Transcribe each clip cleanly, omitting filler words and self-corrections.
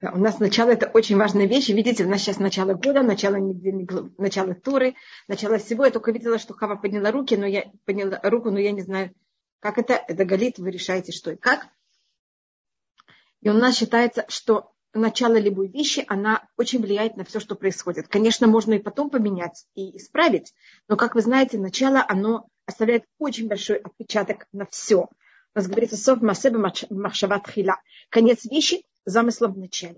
Да, у нас начало – это очень важная вещь. Видите, у нас сейчас начало года, начало недели, начало Торы, начало всего. Я только видела, что Хава подняла руку, но я не знаю, как это. Это Галит, вы решаете, что и как. И у нас считается, что начало любой вещи, она очень влияет на все, что происходит. Конечно, можно и потом поменять и исправить, но, как вы знаете, начало, оно оставляет очень большой отпечаток на все. У нас говорится «Сов масеба махшава тхила». Конец вещи – замысла в начале.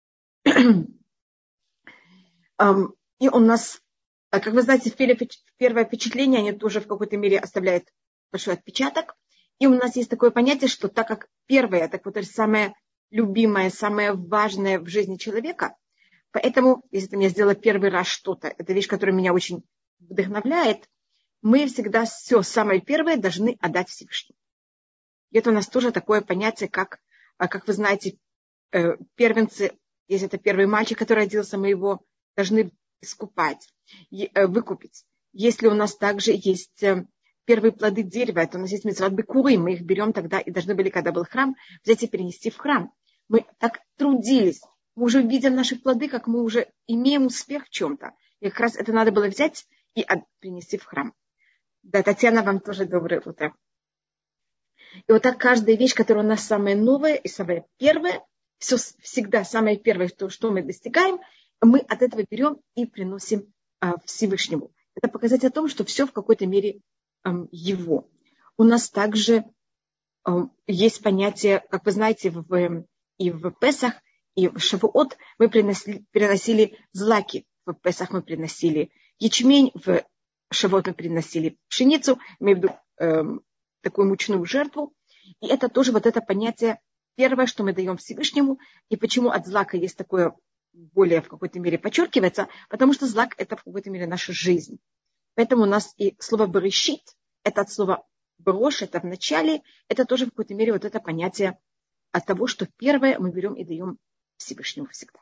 И у нас, как вы знаете, первое впечатление, они тоже в какой-то мере оставляют большой отпечаток. И у нас есть такое понятие, что так как первое, так вот самое любимое, самое важное в жизни человека, поэтому, если ты мне сделала первый раз что-то, это вещь, которая меня очень вдохновляет, мы всегда все самое первое должны отдать Всевышнему. И это у нас тоже такое понятие, как вы знаете, первенцы, если это первый мальчик, который родился, мы его должны искупать, выкупить. Если у нас также есть первые плоды дерева, это у нас есть мицват бикурим, мы их берем тогда и должны были, когда был храм, взять и перенести в храм. Мы так трудились, мы уже видим наши плоды, как мы уже имеем успех в чем-то. И как раз это надо было взять и принести в храм. Да, Татьяна, вам тоже доброе утро. И вот так каждая вещь, которая у нас самая новая и самая первая, все всегда самое первое, что мы достигаем, мы от этого берем и приносим Всевышнему. Это показать о том, что все в какой-то мере его. У нас также есть понятие, как вы знаете, и в Песах, и в Шавуот мы приносили злаки. В Песах мы приносили ячмень, в Шавуот мы приносили пшеницу, имею в виду такую мучную жертву. И это тоже вот это понятие первое, что мы даем Всевышнему. И почему от злака есть такое более в какой-то мере подчеркивается, потому что злак – это в какой-то мере наша жизнь. Поэтому у нас и слово «берешит» – это от слова «брош», это в начале, это тоже в какой-то мере вот это понятие от того, что первое мы берем и даем Всевышнему всегда.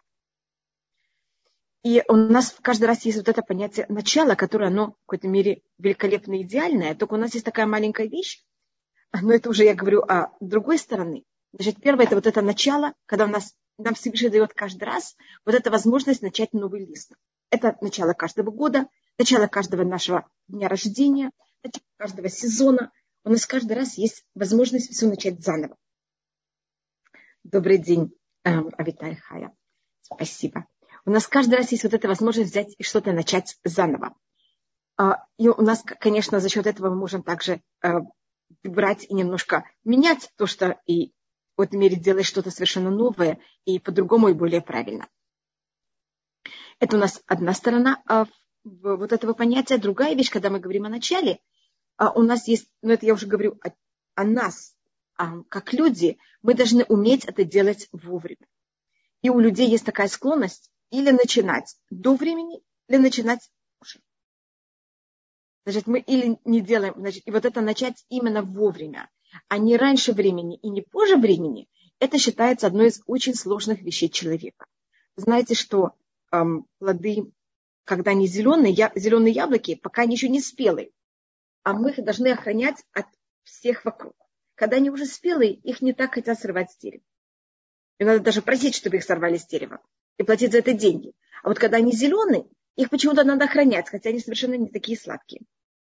И у нас каждый раз есть вот это понятие начала, которое оно в какой-то мере великолепно и идеальное, только у нас есть такая маленькая вещь, но это уже я говорю о другой стороне. Значит, первое – это вот это начало, когда нам Всевышний дает каждый раз вот эта возможность начать новый лист. Это начало каждого года, начало каждого нашего дня рождения, начало каждого сезона. У нас каждый раз есть возможность все начать заново. Добрый день, Авитай Хая. Спасибо. У нас каждый раз есть вот эта возможность взять и что-то начать заново. И у нас, конечно, за счет этого мы можем также брать и немножко менять то, что и в этом мире делать что-то совершенно новое и по-другому и более правильно. Это у нас одна сторона вот этого понятия. Другая вещь, когда мы говорим о начале, у нас есть, это я уже говорю о нас, как люди, мы должны уметь это делать вовремя. И у людей есть такая склонность или начинать до времени, или начинать позже. Значит, мы или не делаем, значит, и вот это начать именно вовремя, а не раньше времени и не позже времени, это считается одной из очень сложных вещей человека. Знаете, что плоды, когда они зеленые яблоки, пока они еще не спелые, а мы их должны охранять от всех вокруг. Когда они уже спелые, их не так хотят срывать с дерева. И надо даже просить, чтобы их сорвали с дерева и платить за это деньги. А вот когда они зеленые, их почему-то надо охранять, хотя они совершенно не такие сладкие.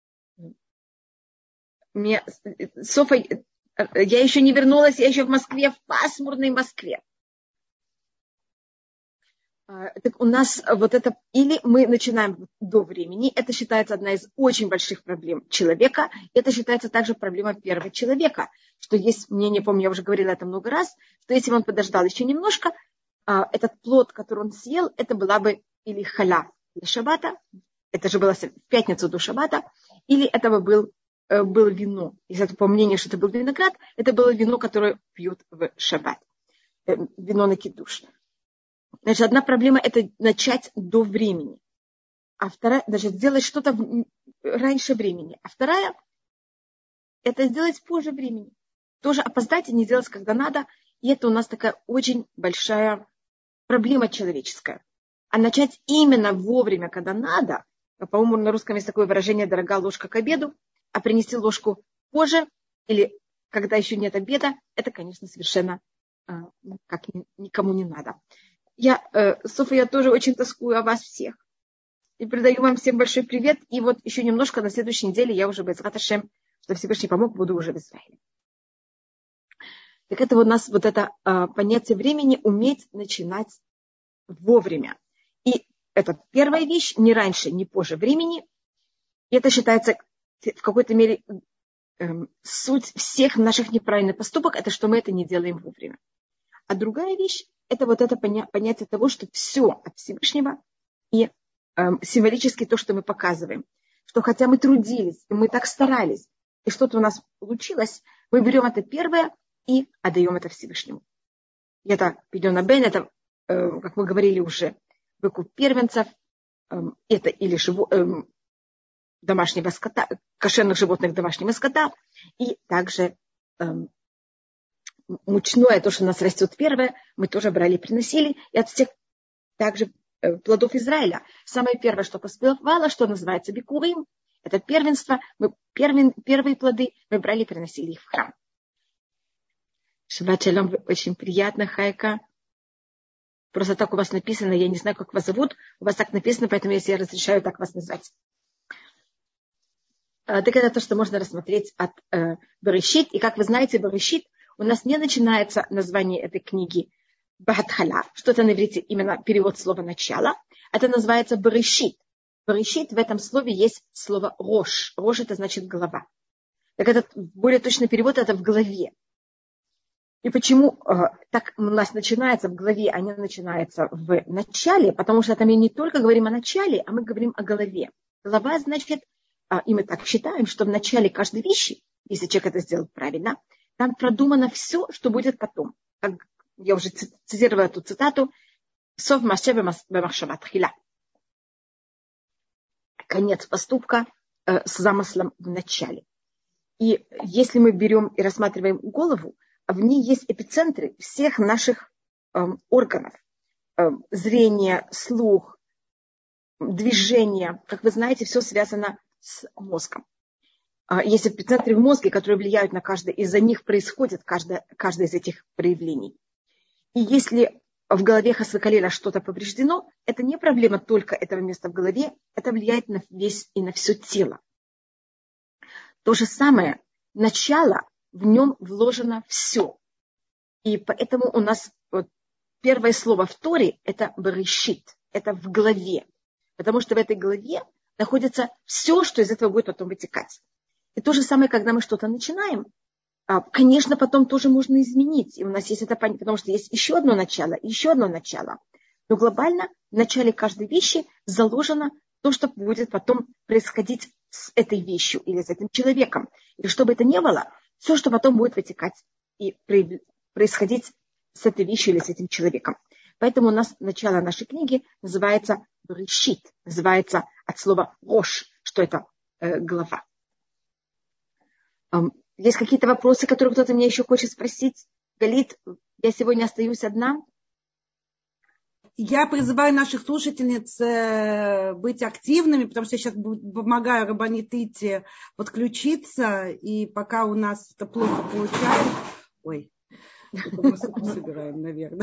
Софа, я еще не вернулась, я еще в Москве, в пасмурной Москве. Так у нас вот это, или мы начинаем до времени, это считается одна из очень больших проблем человека, это считается также проблема первого человека, что есть мнение, помню, я уже говорила это много раз, что если бы он подождал еще немножко, этот плод, который он съел, это была бы или халя для шаббата, это же было в пятницу до шаббата, или это бы было вино. Если это по мнению, что это был виноград, это было вино, которое пьют в шаббат, вино на кидуш. Значит, одна проблема – это начать до времени. А вторая – значит, сделать что-то раньше времени. А вторая – это сделать позже времени. Тоже опоздать и не делать, когда надо. И это у нас такая очень большая проблема человеческая. А начать именно вовремя, когда надо, по-моему, на русском есть такое выражение «дорога ложка к обеду», а принести ложку позже или когда еще нет обеда, это, конечно, совершенно как никому не надо. Софья, я тоже очень тоскую о вас всех. И передаю вам всем большой привет. И вот еще немножко на следующей неделе я уже без Раташем, что Всевышний помог, буду уже в Израиле. Так это у нас вот это понятие времени, уметь начинать вовремя. И это первая вещь, не раньше, не позже времени. И это считается в какой-то мере суть всех наших неправильных поступок, это что мы это не делаем вовремя. А другая вещь, это вот это понятие того, что все от Всевышнего и символически то, что мы показываем. Что хотя мы трудились, и мы так старались, и что-то у нас получилось, мы берем это первое и отдаем это Всевышнему. И это Пидьон Бен, это, как мы говорили уже, выкуп первенцев, это или домашнего скота, кошерных животных домашнего скота, и также мучное, то, что у нас растет первое, мы тоже брали и приносили, и от всех также плодов Израиля. Самое первое, что поспевало, что называется бикурим, это первенство, первые плоды мы брали и приносили их в храм. Шаббат шалом, очень приятно, Хайка. Просто так у вас написано, я не знаю, как вас зовут, у вас так написано, поэтому я себе разрешаю так вас назвать. Так это то, что можно рассмотреть от Берешит. И как вы знаете, Берешит у нас не начинается название этой книги Бахатхала, что-то на иврите именно перевод слова «начало». Это называется Берешит. Берешит, в этом слове есть слово «рош». «Рош» это значит «голова». Так этот более точный перевод это «в голове». И почему так у нас начинается в голове, а не начинается в начале? Потому что там мы не только говорим о начале, а мы говорим о голове. Голова значит, и мы так считаем, что в начале каждой вещи, если человек это сделал правильно, там продумано все, что будет потом. Как я уже цитировала эту цитату, «Сов маше бемахшава тхила». Конец поступка с замыслом в начале. И если мы берем и рассматриваем голову, в ней есть эпицентры всех наших органов. Зрение, слух, движение. Как вы знаете, все связано с мозгом. Есть эпицентры в мозге, которые влияют на каждое. Из-за них происходит каждое из этих проявлений. И если в голове Хас-ве-Халеля что-то повреждено, это не проблема только этого места в голове, это влияет на весь и на все тело. То же самое, начало, в нем вложено все. И поэтому у нас первое слово в Торе – это Берешит, это в голове. Потому что в этой голове находится все, что из этого будет потом вытекать. И то же самое, когда мы что-то начинаем, конечно, потом тоже можно изменить. И у нас есть это, потому что есть еще одно начало, и еще одно начало. Но глобально в начале каждой вещи заложено то, что будет потом происходить с этой вещью или с этим человеком. И что бы это ни было, все, что потом будет вытекать и происходить с этой вещью или с этим человеком. Поэтому у нас начало нашей книги называется Берешит, называется от слова рош, что это голова. Есть какие-то вопросы, которые кто-то меня еще хочет спросить? Галит, я сегодня остаюсь одна. Я призываю наших слушательниц быть активными, потому что я сейчас помогаю Рабанит Ити подключиться, и пока у нас это плохо получается... Ой, мы собираем, наверное.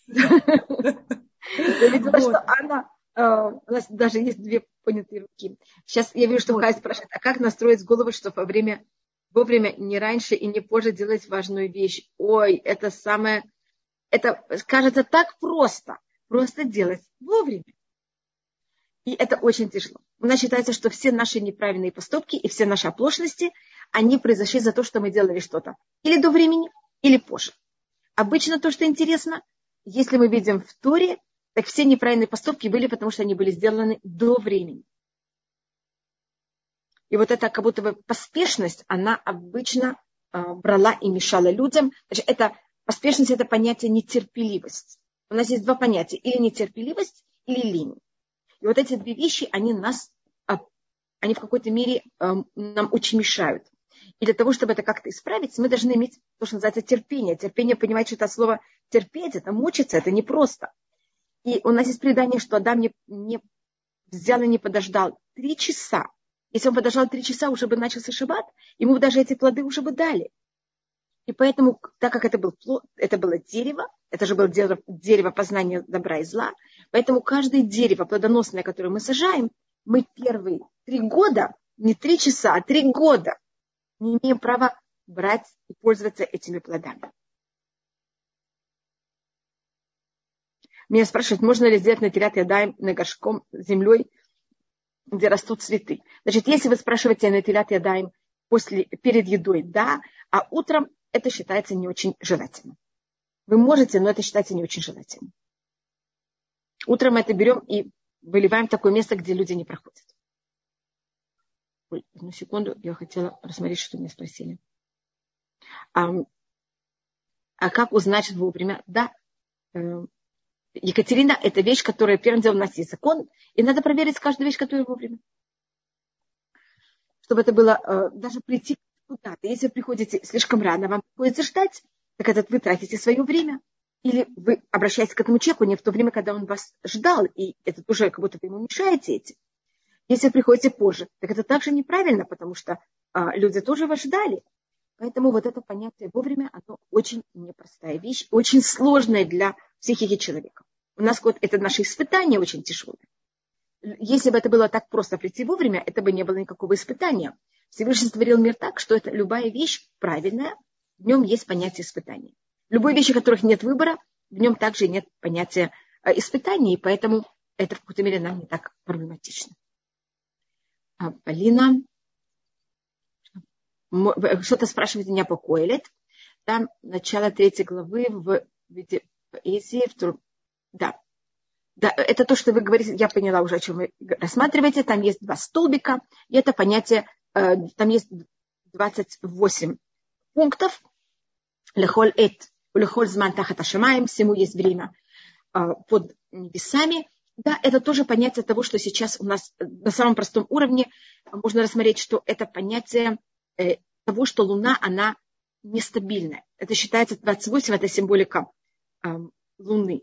Я видела, что Анна... У нас даже есть две понятые руки. Сейчас я вижу, что Хай спрашивает, а как настроить голову, чтобы вовремя, не раньше и не позже делать важную вещь? Ой, это кажется так просто. Просто делать вовремя. И это очень тяжело. У нас считается, что все наши неправильные поступки и все наши оплошности, они произошли за то, что мы делали что-то или до времени, или позже. Обычно то, что интересно, если мы видим в Торе, так все неправильные поступки были, потому что они были сделаны до времени. И вот эта как будто бы поспешность, она обычно брала и мешала людям. Значит, поспешность – это понятие нетерпеливость. У нас есть два понятия, или нетерпеливость, или лень. И вот эти две вещи, они в какой-то мере нам очень мешают. И для того, чтобы это как-то исправить, мы должны иметь то, что называется терпение. Терпение, понимать, что это слово терпеть, это мучиться, это непросто. И у нас есть предание, что Адам не взял и не подождал 3 часа. Если он подождал 3 часа, уже бы начался шаббат, ему бы даже эти плоды уже бы дали. И поэтому, так как это было дерево, это же было дерево познания добра и зла, поэтому каждое дерево плодоносное, которое мы сажаем, мы первые 3 года, не 3 часа, а 3 года не имеем права брать и пользоваться этими плодами. Меня спрашивают, можно ли сделать натилят ядаим на горшком землей, где растут цветы. Значит, если вы спрашиваете натилят ядаим перед едой, да, а утром это считается не очень желательным. Вы можете, но это считается не очень желательным. Утром мы это берем и выливаем в такое место, где люди не проходят. Ой, одну секунду, я хотела рассмотреть, что меня спросили. А как узнать вовремя? Да, Екатерина, это вещь, которая первым делом у нас есть закон, и надо проверить каждую вещь, которая вовремя. Чтобы это было, даже прийти куда-то. Если вы приходите слишком рано, вам приходится ждать, так это вы тратите свое время. Или вы обращаетесь к этому человеку не в то время, когда он вас ждал, и это тоже как будто вы ему мешаете этим. Если вы приходите позже, так это также неправильно, потому что люди тоже вас ждали. Поэтому вот это понятие вовремя, оно очень непростая вещь, очень сложная для психики человека. У нас это наше испытание очень тяжелое. Если бы это было так просто прийти вовремя, это бы не было никакого испытания. Всевышний сотворил мир так, что это любая вещь правильная, в нем есть понятие испытания. Любой вещи, в которых нет выбора, в нем также нет понятия испытаний, и поэтому это в какой-то мере нам не так проблематично. Полина, что-то спрашивает меня по Коэлет. Там начало 3 главы в виде поэзии. Да, это то, что вы говорите, я поняла уже, о чем вы рассматриваете. Там есть 2 столбика, и это понятие, там есть 28 пунктов. Лехоль эт, лехоль зман тахат ашамаем, всему есть время под небесами. Да, это тоже понятие того, что сейчас у нас на самом простом уровне можно рассмотреть, что это понятие того, что Луна, она нестабильная. Это считается 28, это символика Луны.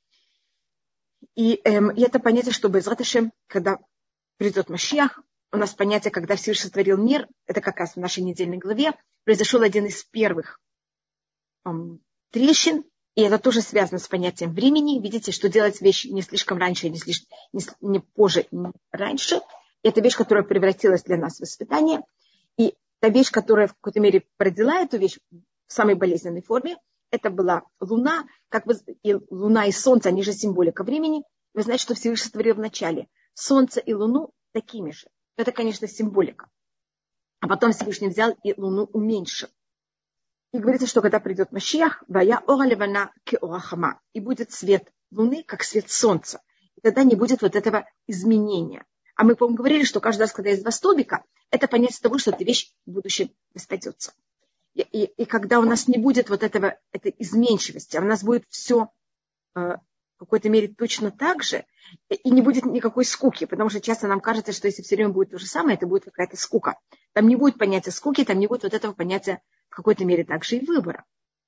И это понятие, что Бе'эзрат Ашем, когда придет Машиах, у нас понятие, когда Всевышний сотворил мир, это как раз в нашей недельной главе, произошел один из первых трещин, и это тоже связано с понятием времени. Видите, что делать вещь не слишком раньше, не позже, не раньше. Это вещь, которая превратилась для нас в испытание. И та вещь, которая в какой-то мере родила эту вещь в самой болезненной форме, это была Луна. И Луна и Солнце, они же символика времени. Вы знаете, что Всевышний сотворил в начале Солнце и Луну такими же. Это, конечно, символика. А потом Всевышний взял и Луну уменьшил. И говорится, что когда придет Машиах, вая ора левана ке ора хама, и будет свет Луны, как свет Солнца. И тогда не будет вот этого изменения. А мы, по-моему, говорили, что каждый раз, когда есть 2 столбика, это понятие того, что эта вещь в будущем распадется. И когда у нас не будет вот этой изменчивости, а у нас будет все в какой-то мере точно так же, и не будет никакой скуки, потому что часто нам кажется, что если все время будет то же самое, это будет какая-то скука. Там не будет понятия скуки, там не будет вот этого понятия в какой-то мере также и выбора.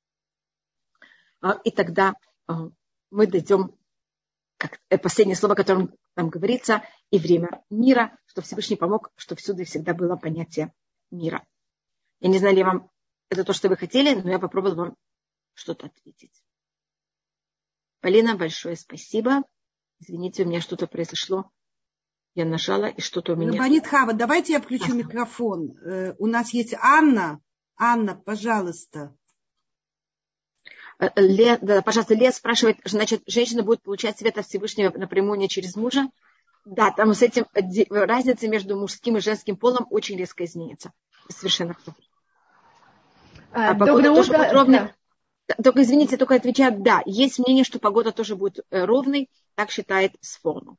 И тогда мы дойдем, как последнее слово, о котором нам говорится, и время мира, что Всевышний помог, что всюду и всегда было понятие мира. Я не знаю, ли вам это то, что вы хотели, но я попробовала вам что-то ответить. Полина, большое спасибо. Извините, у меня что-то произошло. Я нажала, и что-то у меня... Рабанит Хава, давайте я включу микрофон. У нас есть Анна. Анна, пожалуйста. Пожалуйста, Лея спрашивает, значит, женщина будет получать свет от Всевышнего напрямую, не через мужа? Да, там с этим разница между мужским и женским полом очень резко изменится. Совершенно. Погода тоже будет ровной. Только, извините, только отвечаю, да, есть мнение, что погода тоже будет ровной, так считает Сфорно.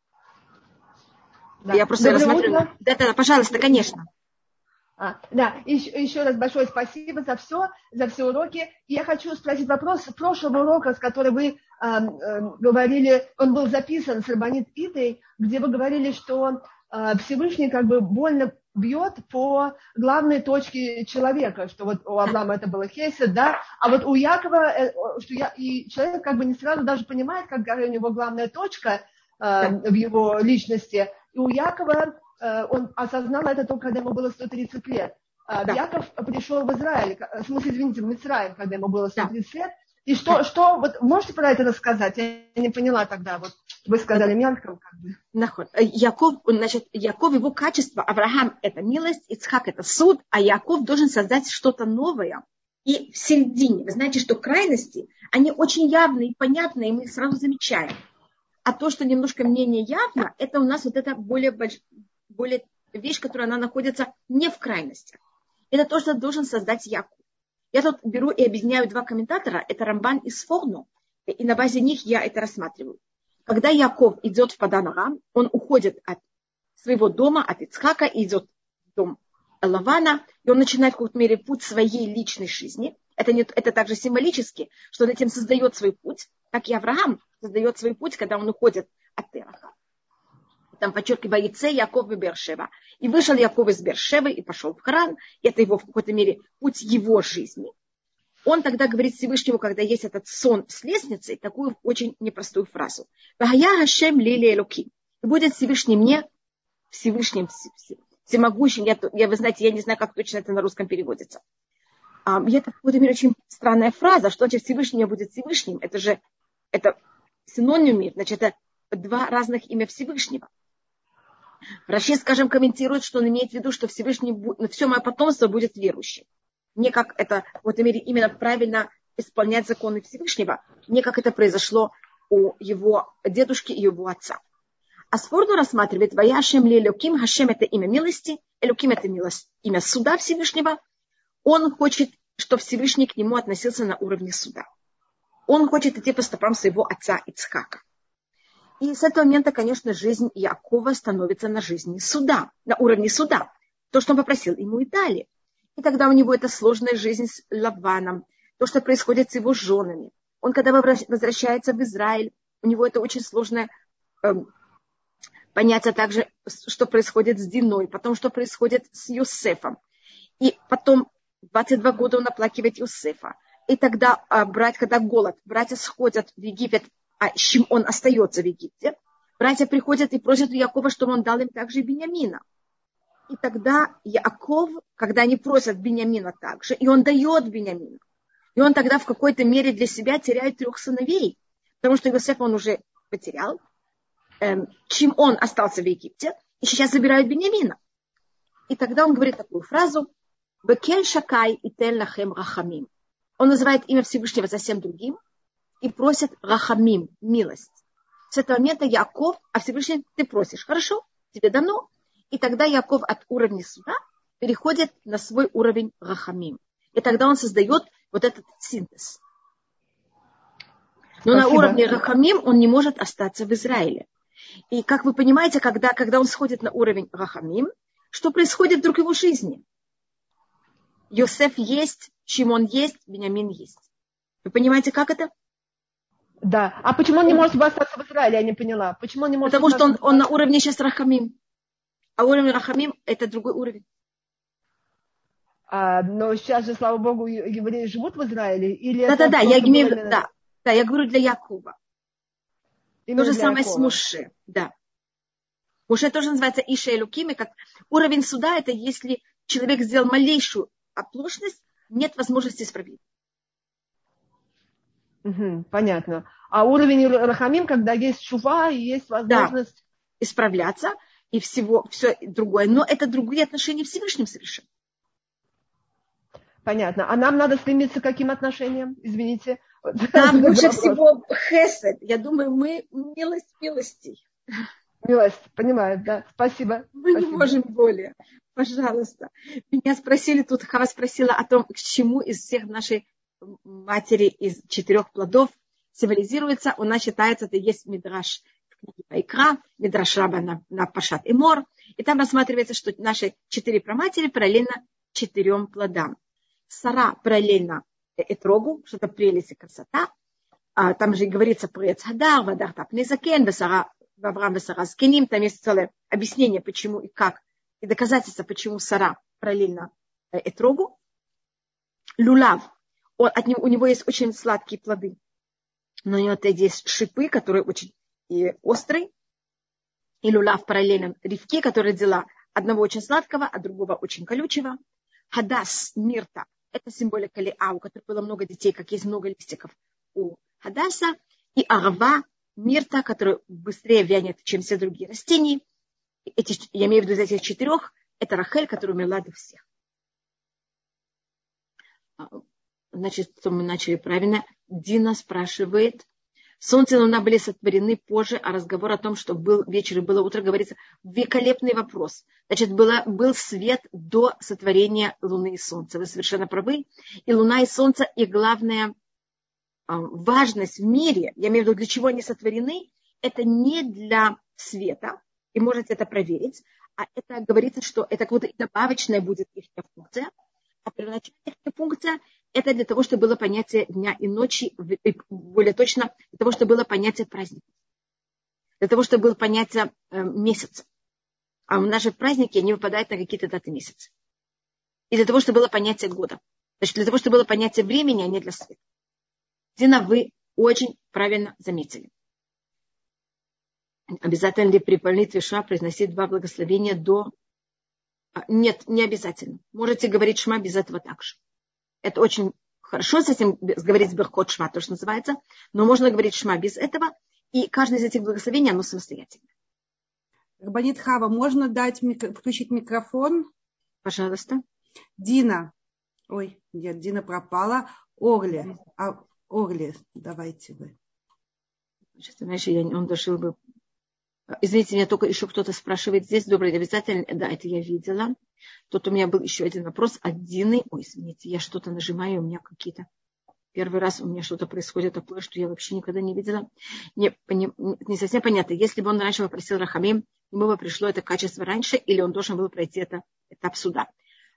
Да. Я просто рассматриваю. Да, пожалуйста, конечно. Да, еще раз большое спасибо за все уроки. И я хочу спросить вопрос с прошлого урока, с которым вы говорили, он был записан с Рабанит Итой, где вы говорили, что Всевышний как бы больно бьет по главной точке человека, что вот у Авраама это было хесед, да, а вот у Якова, и человек как бы не сразу даже понимает, какая у него главная точка в его личности, и у Якова он осознал это только, когда ему было 130 лет. Да. Яков пришел в Израиль, в смысле, извините, в Мицраим, когда ему было 130 лет. И что, вот можете про это рассказать? Я не поняла тогда, вот вы сказали мельком, как бы. Яков, его качество, Авраам – это милость, Ицхак – это суд, а Яков должен создать что-то новое. И в середине, вы знаете, что крайности, они очень явные и понятные, и мы их сразу замечаем. А то, что немножко менее явно, это у нас вот эта более вещь, которая она находится не в крайностях. Это то, что должен создать Яков. Я тут беру и объединяю два комментатора, это Рамбан и Сфорно, и на базе них я это рассматриваю. Когда Яков идет в Падан-Арам, он уходит от своего дома, от Ицхака, и идет в дом Лавана, и он начинает в какой-то мере путь своей личной жизни. Это также символически, что он этим создает свой путь, как и Авраам создает свой путь, когда он уходит от Тераха. Там подчеркивается Яков и Бершева. И вышел Яков из Бершевы и пошел в Харан. Это его в какой-то мере путь его жизни. Он тогда говорит Всевышнему, когда есть этот сон с лестницей, такую очень непростую фразу. «Вахая Хашем лили элоки». И будет Всевышний мне, Всевышним, всемогущим. Вы знаете, я не знаю, как точно это на русском переводится. Это в какой-то мере очень странная фраза. Что значит Всевышний будет Всевышним? Это синонимы, значит, это два разных имя Всевышнего. Раши, скажем, комментирует, что он имеет в виду, что Всевышний, все мое потомство будет верующим. Не как это, в какой-то мере, именно правильно исполнять законы Всевышнего, не как это произошло у его дедушки и его отца. А Сфорно рассматривает «Ваяшем ли Элоким», Хашем – это имя милости, Элоким – это имя суда Всевышнего. Он хочет, чтобы Всевышний к нему относился на уровне суда. Он хочет идти по стопам своего отца Ицхака. И с этого момента, конечно, жизнь Якова становится на жизни суда, на уровне суда. То, что он попросил ему и дали. И тогда у него эта сложная жизнь с Лаваном, то, что происходит с его женами. Он, когда возвращается в Израиль, у него это очень сложное понятие также, что происходит с Диной, потом, что происходит с Йосефом. И потом 22 года он оплакивает Йосефа. И тогда, когда голод, братья сходят в Египет, а Шимон остается в Египте, братья приходят и просят у Якова, чтобы он дал им также Биньямина. И тогда Яков, когда они просят Биньямина также, и он дает Биньямина, и он тогда в какой-то мере для себя теряет 3 сыновей, потому что Йосефа он уже потерял, Шимон остался в Египте, и сейчас забирают Биньямина. И тогда он говорит такую фразу «Бекель шакай и тель лахем рахамим». Он называет имя Всевышнего совсем другим и просит рахамим, милость. С этого момента Яков, а Всевышний ты просишь, хорошо, тебе дано. И тогда Яков от уровня суда переходит на свой уровень рахамим. И тогда он создает вот этот синтез. Но на уровне рахамим он не может остаться в Израиле. И как вы понимаете, когда он сходит на уровень рахамим, что происходит вдруг в его жизни? Йосеф есть, Шимон есть, Биньямин есть. Вы понимаете, как это? Да. А почему он не может остаться в Израиле? Я не поняла. Почему он не может? Потому что он на уровне сейчас рахамим. А уровень рахамим – это другой уровень. Но сейчас же, слава Богу, евреи живут в Израиле? Да, я говорю для Якова. То же самое с Моше. Да. Моше тоже называется Иша Элоким, как уровень суда – это если человек сделал малейшую оплошность, нет возможности исправить. Понятно. А уровень рахамим, когда есть шува и есть возможность исправляться и все другое. Но это другие отношения Всевышним совершенно. Понятно. А нам надо стремиться к каким отношениям? Извините. Нам лучше всего хесед. Я думаю, мы милостей. Милость, понимаю, да. Спасибо. Мы не можем более. Пожалуйста. Меня спросили, тут Хава спросила о том, к чему из всех нашей матери из 4 плодов символизируется. У нас считается, это есть мидраш в книге Вайкра, мидраш Раба на Пашат и Мор. И там рассматривается, что наши 4 праматери параллельно 4 плодам. Сара параллельно Этрогу, что-то прелесть и красота. Там же и говорится про Эцхадар, Вадар Тапнезакен, Ваврам Весара Скиним. Там есть целое объяснение, почему и как, и доказательства, почему Сара параллельно Этрогу. Лулав. У него есть очень сладкие плоды, но у него есть шипы, которые очень острые. И Лулав параллельно Ривке, которая родила одного очень сладкого, а другого очень колючего. Хадас, мирта, это символика Леа, у которой было много детей, как есть много листиков у Хадаса. И Арава, мирта, который быстрее вянет, чем все другие растения. Я имею в виду из этих 4, это Рахель, которая умерла до всех. Значит, что мы начали правильно. Дина спрашивает. Солнце и луна были сотворены позже, а разговор о том, что был вечер и было утро, говорится, великолепный вопрос. Значит, был свет до сотворения луны и солнца. Вы совершенно правы. И луна и солнце, и главная важность в мире, я имею в виду, для чего они сотворены, это не для света, и можете это проверить, а это говорится, что это как будто добавочная будет их функция, а первоначальная их функция это для того, чтобы было понятие дня и ночи, более точно, для того, чтобы было понятие праздника, для того, чтобы было понятие месяца. А у нас же праздники, они выпадают на какие-то даты месяца. И для того, чтобы было понятие года. Значит, для того, чтобы было понятие времени, а не для света. Дина, вы очень правильно заметили. Обязательно ли при молитве Шма произносить 2 благословения до... Нет, не обязательно. Можете говорить Шма без этого также. Это очень хорошо с этим говорить Беркот Шма, то, что называется. Но можно говорить Шма без этого. И каждое из этих благословений, оно самостоятельно. Рабанит Хава, можно включить микрофон? Пожалуйста. Дина. Ой, нет, Дина пропала. Орли. Орли, давайте вы. Сейчас, знаешь, он дошел бы... Извините, меня только еще кто-то спрашивает здесь. Добрый день, обязательно. Да, это я видела. Тут у меня был еще один вопрос от Дины. Ой, извините, я что-то нажимаю, у меня какие-то... Первый раз у меня что-то происходит такое, что я вообще никогда не видела. Не совсем понятно. Если бы он раньше попросил Рахамим, ему бы пришло это качество раньше, или он должен был пройти этот этап суда.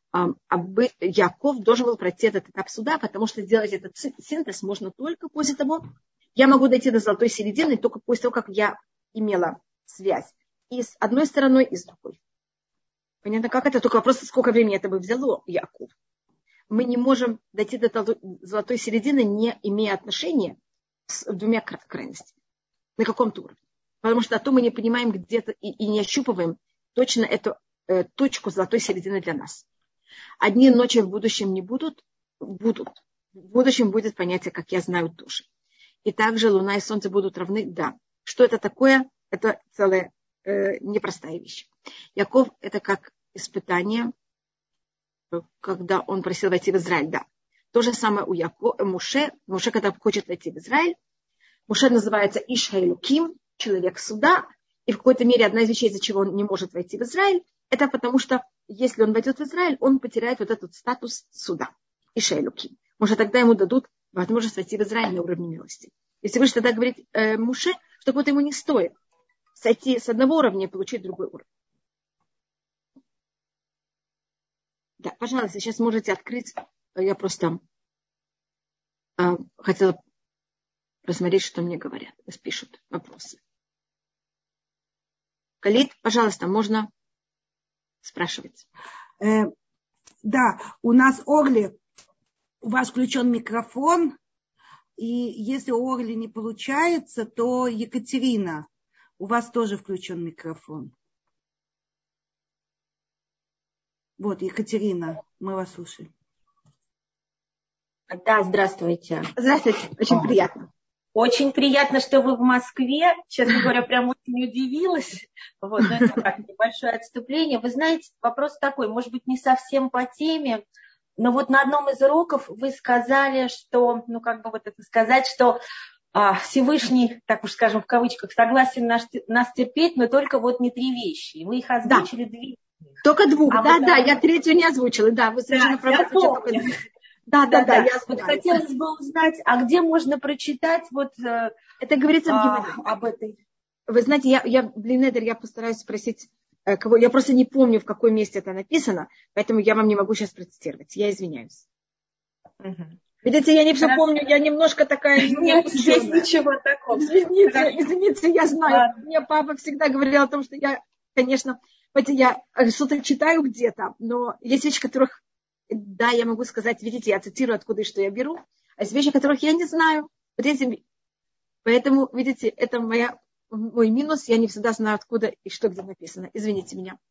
Яков должен был пройти этот этап суда, потому что сделать этот синтез можно только после того, я могу дойти до золотой середины только после того, как я имела связь и с одной стороной, и с другой. Понятно, как это? Только вопрос, сколько времени это бы взяло, Яков. Мы не можем дойти до золотой середины, не имея отношения с 2 крайностями. На каком-то уровне. Потому что то мы не понимаем где-то и не ощупываем точно эту точку золотой середины для нас. Одни ночи в будущем не будут. В будущем будет понятие, как я знаю, тоже. И также луна и солнце будут равны, да. Что это такое? Это целая непростая вещь. Яков – это как испытание, когда он просил войти в Израиль, да. То же самое у Моше, когда хочет войти в Израиль. Моше называется Иш Элоким, человек суда. И в какой-то мере одна из вещей, из-за чего он не может войти в Израиль, это потому что, если он войдет в Израиль, он потеряет вот этот статус суда. Иш Элоким. Может, тогда ему дадут возможность войти в Израиль на уровне милости. Если вы тогда говорите Моше, что вот ему не стоит сойти с одного уровня и получить другой уровень. Да, пожалуйста, сейчас можете открыть. Я просто хотела посмотреть, что мне говорят. Пишут вопросы. Калит, пожалуйста, можно спрашивать. Да, у нас Орли, у вас включен микрофон. И если у Орли не получается, то Екатерина, у вас тоже включен микрофон. Вот, Екатерина, мы вас слушаем. Да, здравствуйте. Здравствуйте, очень приятно. Очень приятно, что вы в Москве. Честно говоря, прям очень удивилась. Вот, но это как небольшое отступление. Вы знаете, вопрос такой, может быть, не совсем по теме, но вот на одном из уроков вы сказали, что, что Всевышний, так уж скажем в кавычках, согласен нас терпеть, но только вот не 3 вещи. И вы их озвучили 2. Только 2, да, я 3 не озвучила, да, вы совершенно правы. Да, я вот хотелось бы узнать, а где можно прочитать вот это говорится в Гемаре. Об этой. Вы знаете, я постараюсь спросить кого, я просто не помню, в каком месте это написано, поэтому я вам не могу сейчас процитировать, я извиняюсь. Видите, я не все помню, я немножко такая... Нет, здесь ничего такого. Извините, я знаю. Мне папа всегда говорил о том, что я, конечно, я что-то читаю где-то, но есть вещи, которых, да, я могу сказать, видите, я цитирую, откуда и что я беру, а есть вещи, которых я не знаю. Поэтому, видите, это мой минус, я не всегда знаю, откуда и что где написано. Извините меня.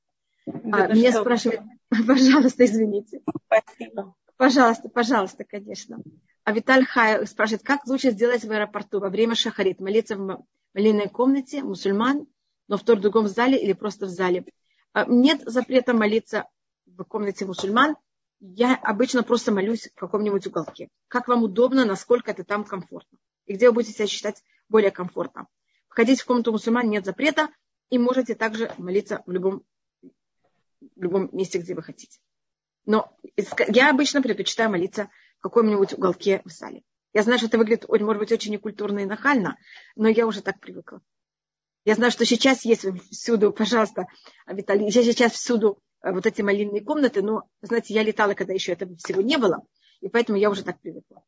Меня спрашивают, пожалуйста, извините. Спасибо. Пожалуйста, конечно. А Виталь Хай спрашивает, как лучше сделать в аэропорту во время шахарит? Молиться в молельной комнате мусульман, но в другом зале или просто в зале? Нет запрета молиться в комнате мусульман. Я обычно просто молюсь в каком-нибудь уголке. Как вам удобно, насколько это там комфортно. И где вы будете себя считать более комфортно. Входить в комнату мусульман нет запрета. И можете также молиться в любом месте, где вы хотите. Но я обычно предпочитаю молиться в каком-нибудь уголке в зале. Я знаю, что это выглядит, может быть, очень некультурно и нахально, но я уже так привыкла. Я знаю, что сейчас есть всюду, пожалуйста, Виталий, сейчас всюду вот эти молильные комнаты, но, знаете, я летала, когда еще этого всего не было, и поэтому я уже так привыкла.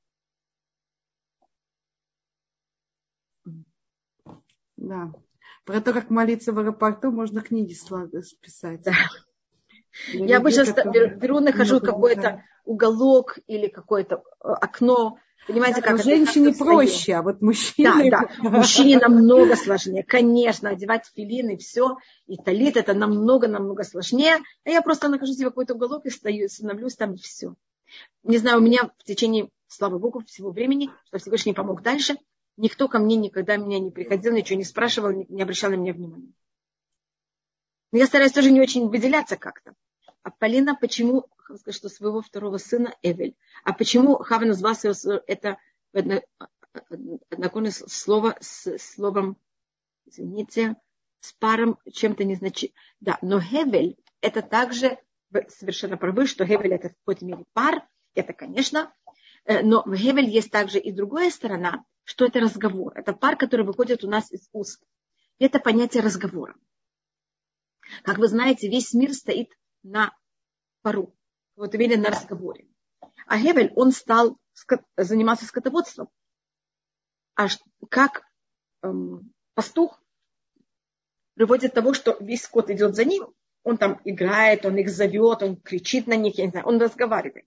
Да. Про то, как молиться в аэропорту, можно книги писать. Да. Я обычно беру, нахожу какой-то уголок или какое-то окно. Понимаете, да, как женщине это проще, а вот мужчине... Да. Мужчине намного сложнее. Конечно, одевать филин и все, и талит, это намного сложнее. А я просто нахожусь в какой-то уголок и стою, становлюсь там, и все. Не знаю, у меня в течение, слава Богу, всего времени, что Всевышний помог дальше, никто ко мне никогда меня не приходил, ничего не спрашивал, не обращал на меня внимания. Но я стараюсь тоже не очень выделяться как-то. А Полина, почему, что своего второго сына Эвель? А почему Хава назвал это однокорное слово с словом, извините, с паром чем-то незначительным? Да, но Хевель, это также, вы совершенно правы, что Хевель это в какой-то мере пар, это, конечно, но в Хевель есть также и другая сторона, что это разговор. Это пар, который выходит у нас из уст. Это понятие разговора. Как вы знаете, весь мир стоит на пару, вот именно на разговоре. А Хевель, он стал заниматься скотоводством. А как пастух приводит к тому, что весь скот идет за ним, он там играет, он их зовет, он кричит на них, я не знаю, он разговаривает.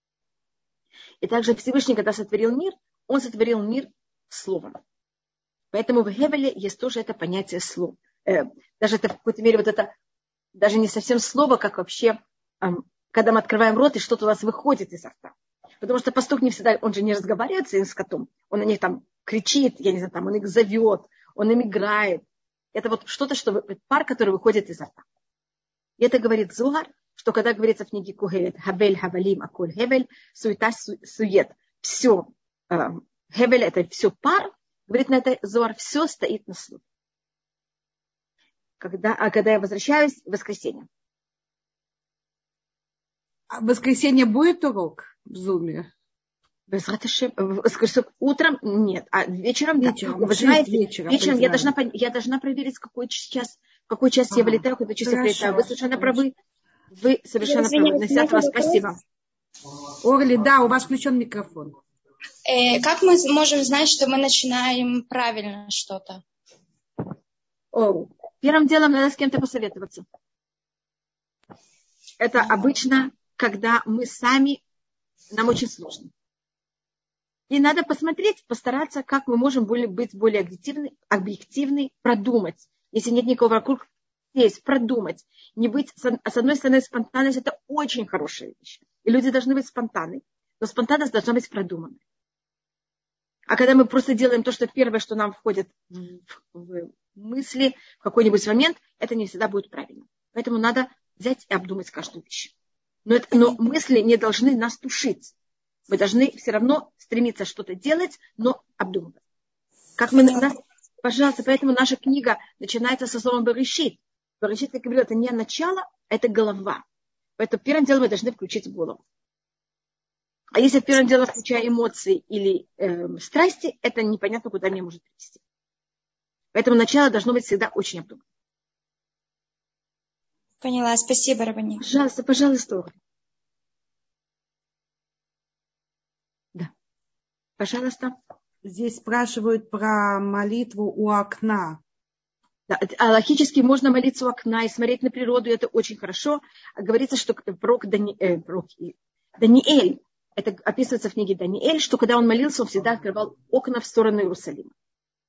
И также Всевышний, когда сотворил мир, он сотворил мир словом. Поэтому в Хевеле есть тоже это понятие слов. Даже это в какой-то мере вот это, даже не совсем слово, как вообще, когда мы открываем рот, и что-то у нас выходит изо рта. Потому что пастух не всегда, он же не разговаривает с своим скотом, он на них там кричит, я не знаю, там, он их зовет, он им играет. Это вот что-то, пар, который выходит изо рта. И это говорит Зоар, что когда говорится в книге Кухелет, Хавель, Хавалим, Аколь, Хевель, суета, сует, все, Хевель это все пар, говорит на это Зоар, все стоит на слове. Когда я возвращаюсь в воскресенье. А в воскресенье будет урок в Зуме? Утром нет, а вечером да. Вы знаете, вечером я должна проверить, в какой час я вылетаю, когда часов летаю. Вы совершенно правы. Вы совершенно правы. Спасибо. Орли, да, у вас включен микрофон. Как мы можем знать, что мы начинаем правильно что-то? Первым делом надо с кем-то посоветоваться. Это обычно, когда мы сами, нам очень сложно. И надо посмотреть, постараться, как мы можем быть более объективны, продумать. Если нет никого вокруг, здесь продумать. Не быть, с одной стороны, спонтанность – это очень хорошая вещь. И люди должны быть спонтанны. Но спонтанность должна быть продуманной. А когда мы просто делаем то, что первое, что нам входит в мысли в какой-нибудь момент, это не всегда будет правильно. Поэтому надо взять и обдумать каждую вещь. Но мысли не должны нас тушить. Мы должны все равно стремиться что-то делать, но обдумывать. Пожалуйста, поэтому наша книга начинается со словом «Берешит». Берешит, как я говорю, это не начало, а это голова. Поэтому первым делом мы должны включить голову. А если первым делом включая эмоции или страсти, это непонятно, куда меня может привести. Поэтому начало должно быть всегда очень обдуманным. Поняла. Спасибо, Рабанит. Пожалуйста. Да. Пожалуйста. Здесь спрашивают про молитву у окна. Да, логически можно молиться у окна и смотреть на природу, и это очень хорошо. Говорится, что пророк Даниэль, это описывается в книге Даниэль, что когда он молился, он всегда открывал окна в сторону Иерусалима.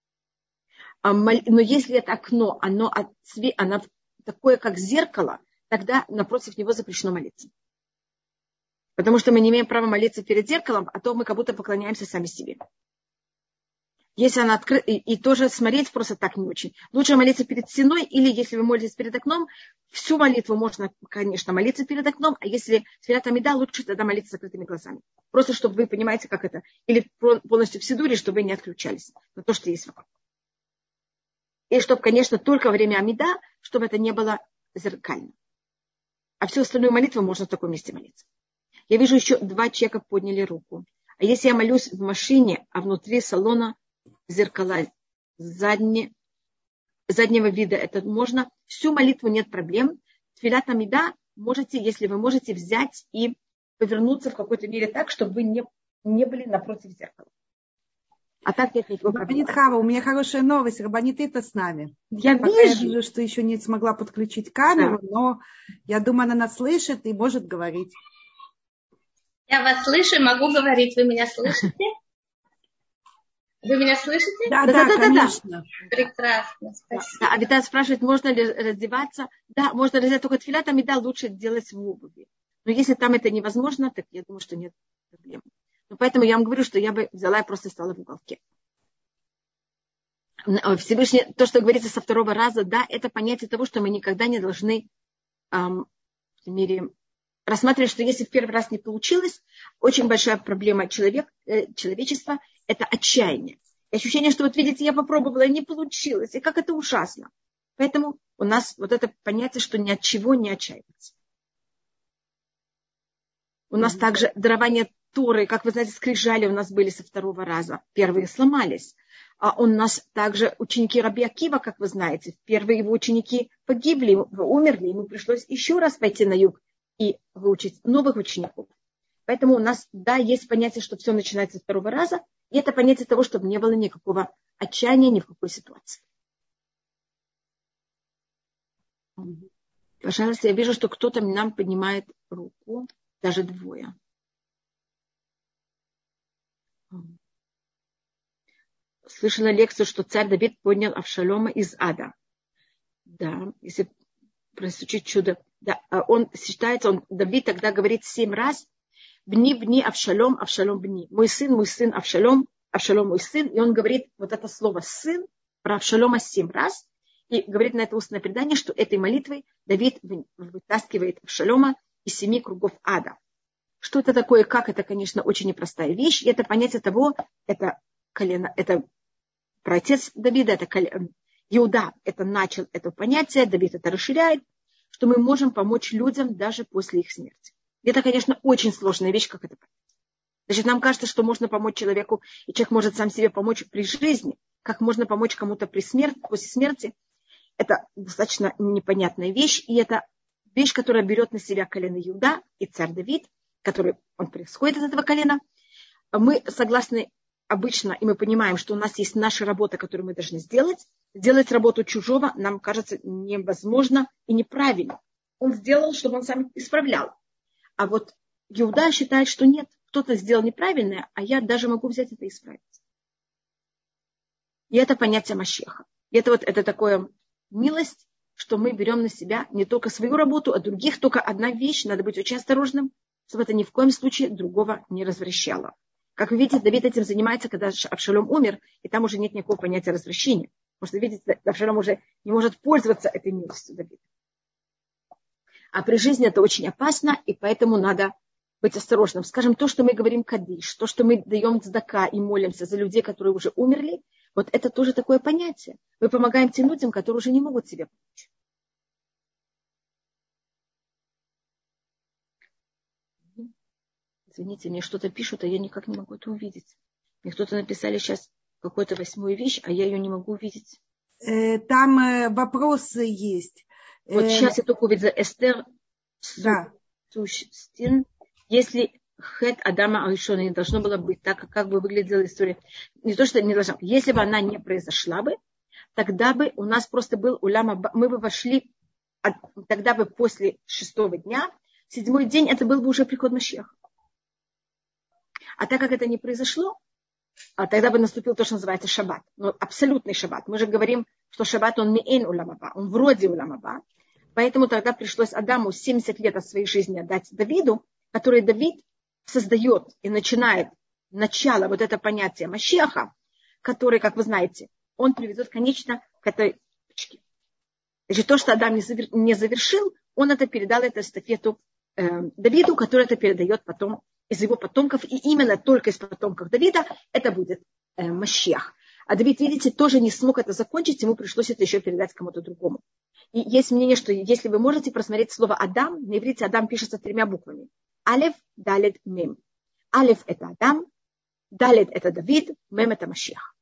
Но если это окно, оно такое, как зеркало, тогда напротив него запрещено молиться. Потому что мы не имеем права молиться перед зеркалом, а то мы как будто поклоняемся сами себе. Если она открыта, и тоже смотреть просто так не очень. Лучше молиться перед стеной, или если вы молитесь перед окном, всю молитву можно, конечно, молиться перед окном, а если тфилат амида, лучше тогда молиться с закрытыми глазами. Просто чтобы вы понимаете, как это. Или полностью в сидуре, чтобы вы не отключались на то, что есть вокруг. И чтобы, конечно, только во время амида, чтобы это не было зеркально. А всю остальную молитву можно в таком месте молиться. Я вижу, еще 2 человека подняли руку. А если я молюсь в машине, а внутри салона зеркала заднего вида, это можно. Всю молитву нет проблем. Тфилат амида можете, если вы можете, взять и повернуться в какой-то мере так, чтобы вы не были напротив зеркала. А так нет никакой проблемы. Рабанит Хава, у меня хорошая новость. Рабанит Ита с нами. Я вижу, что еще не смогла подключить камеру, да. Но я думаю, она нас слышит и может говорить. Я вас слышу, могу говорить. Вы меня слышите? Вы меня слышите? Да, конечно. Прекрасно, спасибо. Да, а Виталий спрашивает, можно ли раздеваться? Да, можно раздеваться, только тфилат амида лучше делать в обуви. Но если там это невозможно, так я думаю, что нет проблем. Но поэтому я вам говорю, что я бы взяла и просто стала в уголке. Всевышний, то, что говорится со 2-го раза, да, это понятие того, что мы никогда не должны в мире рассматривать, что если в первый раз не получилось, очень большая проблема человечества – это отчаяние. И ощущение, что вот видите, я попробовала, и не получилось, и как это ужасно. Поэтому у нас вот это понятие, что ни от чего не отчаиваться. У нас также дарование Торы, как вы знаете, скрижали у нас были со 2-го раза. Первые сломались. А у нас также ученики Раби Акива, как вы знаете, первые его ученики погибли, умерли, ему пришлось еще раз пойти на юг и выучить новых учеников. Поэтому у нас, да, есть понятие, что все начинается с 2-го раза, и это понятие того, чтобы не было никакого отчаяния ни в какой ситуации. Пожалуйста, я вижу, что кто-то нам поднимает руку, даже 2. Слышала лекцию, что царь Давид поднял Авшалома из ада. Да, если происходит чудо. Да, он считается, Давид тогда говорит 7 раз: бни, Авшалом, Авшалом, бни. Мой сын, Авшалом, Авшалом, мой сын. И он говорит вот это слово сын про Авшалома 7 раз. И говорит на это устное предание, что этой молитвой Давид вытаскивает Авшалома из 7 кругов ада. Что это такое, как это, конечно, очень непростая вещь. И это понятие того, это колено, это праотец Давида, это Иуда, это начал это понятие, Давид это расширяет, что мы можем помочь людям даже после их смерти. И это, конечно, очень сложная вещь, как это понять. Значит, нам кажется, что можно помочь человеку, и человек может сам себе помочь при жизни, как можно помочь кому-то после смерти. Это достаточно непонятная вещь, и это вещь, которая берет на себя колено Иуда и царь Давид, который он происходит из этого колена. Мы согласны обычно, и мы понимаем, что у нас есть наша работа, которую мы должны сделать. Делать работу чужого нам кажется невозможно и неправильно. Он сделал, чтобы он сам исправлял. А вот Иуда считает, что нет, кто-то сделал неправильное, а я даже могу взять это и исправить. И это понятие Машеха. И это такое милость, что мы берем на себя не только свою работу, а других. Только одна вещь, надо быть очень осторожным, чтобы это ни в коем случае другого не развращало. Как вы видите, Давид этим занимается, когда Авшалом умер, и там уже нет никакого понятия развращения. Потому что, видите, Авшалом уже не может пользоваться этой милостью Давида. А при жизни это очень опасно, и поэтому надо быть осторожным. Скажем, то, что мы говорим кадиш, то, что мы даем цдака и молимся за людей, которые уже умерли, вот это тоже такое понятие. Мы помогаем тем людям, которые уже не могут себе помочь. Извините, мне что-то пишут, а я никак не могу это увидеть. Мне кто-то написали сейчас какую-то 8-ю вещь, а я ее не могу увидеть. Там вопросы есть. Вот сейчас я только увидела Эстер Сустин. Если Хет Адама Аришона не должно было быть так, как бы выглядела история. Не то, что не должна. Если бы она не произошла бы, тогда бы у нас просто был улам аба. Мы бы вошли, тогда бы после 6-го дня, 7-й день, это был бы уже приход Машеха. А так как это не произошло, тогда бы наступил то, что называется шаббат. Но абсолютный шаббат. Мы же говорим, что шаббат, он миэн улам аба, он вроде улам аба. Поэтому тогда пришлось Адаму 70 лет от своей жизни отдать Давиду, который Давид создает и начинает начало вот это понятие Машиаха, который, как вы знаете, он приведет, конечно, к этой точке. Значит, то, что Адам не завершил, он это передал, эту эстафету Давиду, который это передает потом из его потомков. И именно только из потомков Давида это будет Машиах. А Давид, видите, тоже не смог это закончить, ему пришлось это еще передать кому-то другому. И есть мнение, что если вы можете просмотреть слово Адам, на иврите Адам пишется 3 буквами. Алеф, Далет, Мем. Алеф – это Адам, Далет – это Давид, Мем – это Машиах.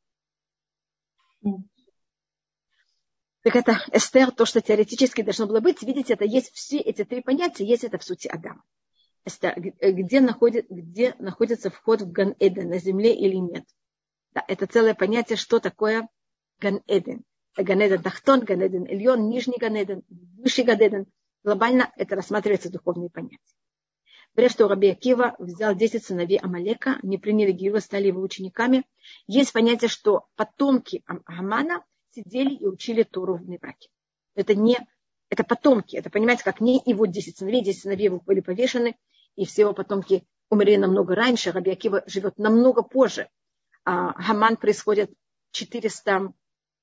Так это Эстер, то, что теоретически должно было быть. Видите, это есть все эти 3 понятия, есть это в сути Адама. Эстер, где находится вход в Ган-Эден, на земле или нет. Да, это целое понятие, что такое Ган-Эден. Ган-Эден Тахтон, Ган-Эден Эльон, Нижний Ган-Эден, Высший Ган-Эден. Глобально это рассматривается духовные понятия. Говорят, что Раби Акива взял 10 сыновей Амалека, они приняли гиюр, стали его учениками. Есть понятие, что потомки Амана сидели и учили Тору в браке. Это потомки, это, понимаете, как не его 10 сыновей его были повешены, и все его потомки умерли намного раньше, Раби Акива живет намного позже. Хаман происходит 500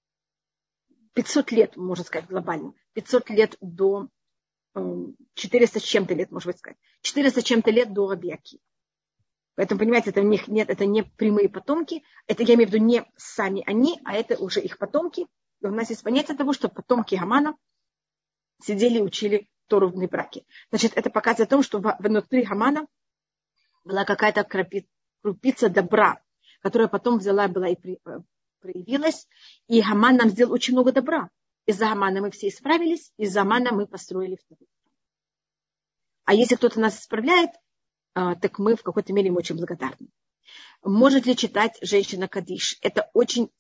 лет, можно сказать, глобально. 500 лет до 400 с чем-то лет, можно сказать. 400 с чем-то лет до Раби Акивы. Поэтому, понимаете, это у них нет, это не прямые потомки. Это, я имею в виду, не сами они, а это уже их потомки. И у нас есть понятие того, что потомки Хамана сидели и учили Тору в браке. Значит, это показывает о том, что внутри Хамана была какая-то крупица добра, которая потом была и проявилась. И Хаман нам сделал очень много добра. Из-за Хамана мы все исправились, из-за Хамана мы построили второй храм. А если кто-то нас исправляет, так мы в какой-то мере ему очень благодарны. Может ли читать женщина Кадиш? Это очень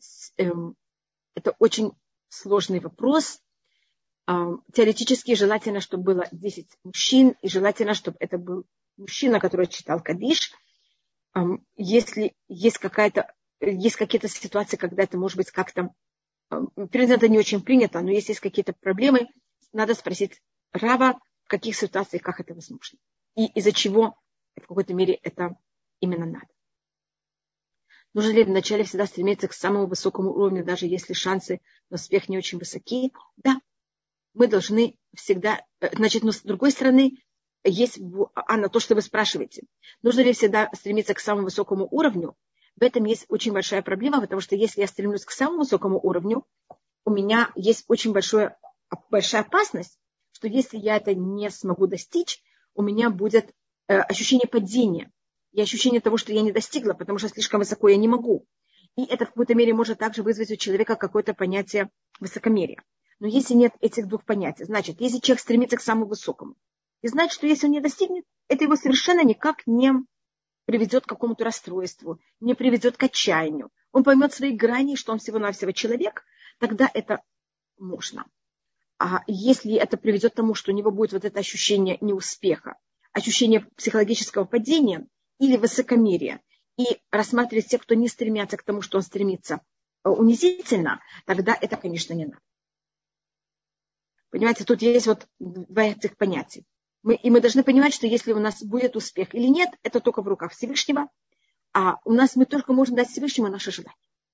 сложный вопрос. Теоретически желательно, чтобы было 10 мужчин, и желательно, чтобы это был мужчина, который читал Кадиш. Если есть какие-то ситуации, когда это может быть как-то, это не очень принято, но если есть какие-то проблемы, надо спросить Рава, в каких ситуациях, как это возможно. И из-за чего в какой-то мере это именно надо. Нужно ли вначале всегда стремиться к самому высокому уровню, даже если шансы на успех не очень высоки? Да, мы должны всегда, значит, но с другой стороны, есть, Анна, то, что вы спрашиваете, нужно ли всегда стремиться к самому высокому уровню? В этом есть очень большая проблема, потому что если я стремлюсь к самому высокому уровню, у меня есть очень большая опасность, что если я это не смогу достичь, у меня будет ощущение падения и ощущение того, что я не достигла, потому что слишком высоко я не могу. И это в какой-то мере может также вызвать у человека какое-то понятие высокомерия. Но если нет этих 2 понятий, значит, если человек стремится к самому высокому, и знает, что если он не достигнет, это его совершенно никак не приведет к какому-то расстройству, не приведет к отчаянию. Он поймет свои грани, что он всего-навсего человек, тогда это можно. А если это приведет к тому, что у него будет вот это ощущение неуспеха, ощущение психологического падения или высокомерия, и рассматривать тех, кто не стремятся к тому, что он стремится, унизительно, тогда это, конечно, не надо. Понимаете, тут есть вот 2 этих понятия. Мы должны понимать, что если у нас будет успех или нет, это только в руках Всевышнего, а у нас мы только можем дать Всевышнему наше желание.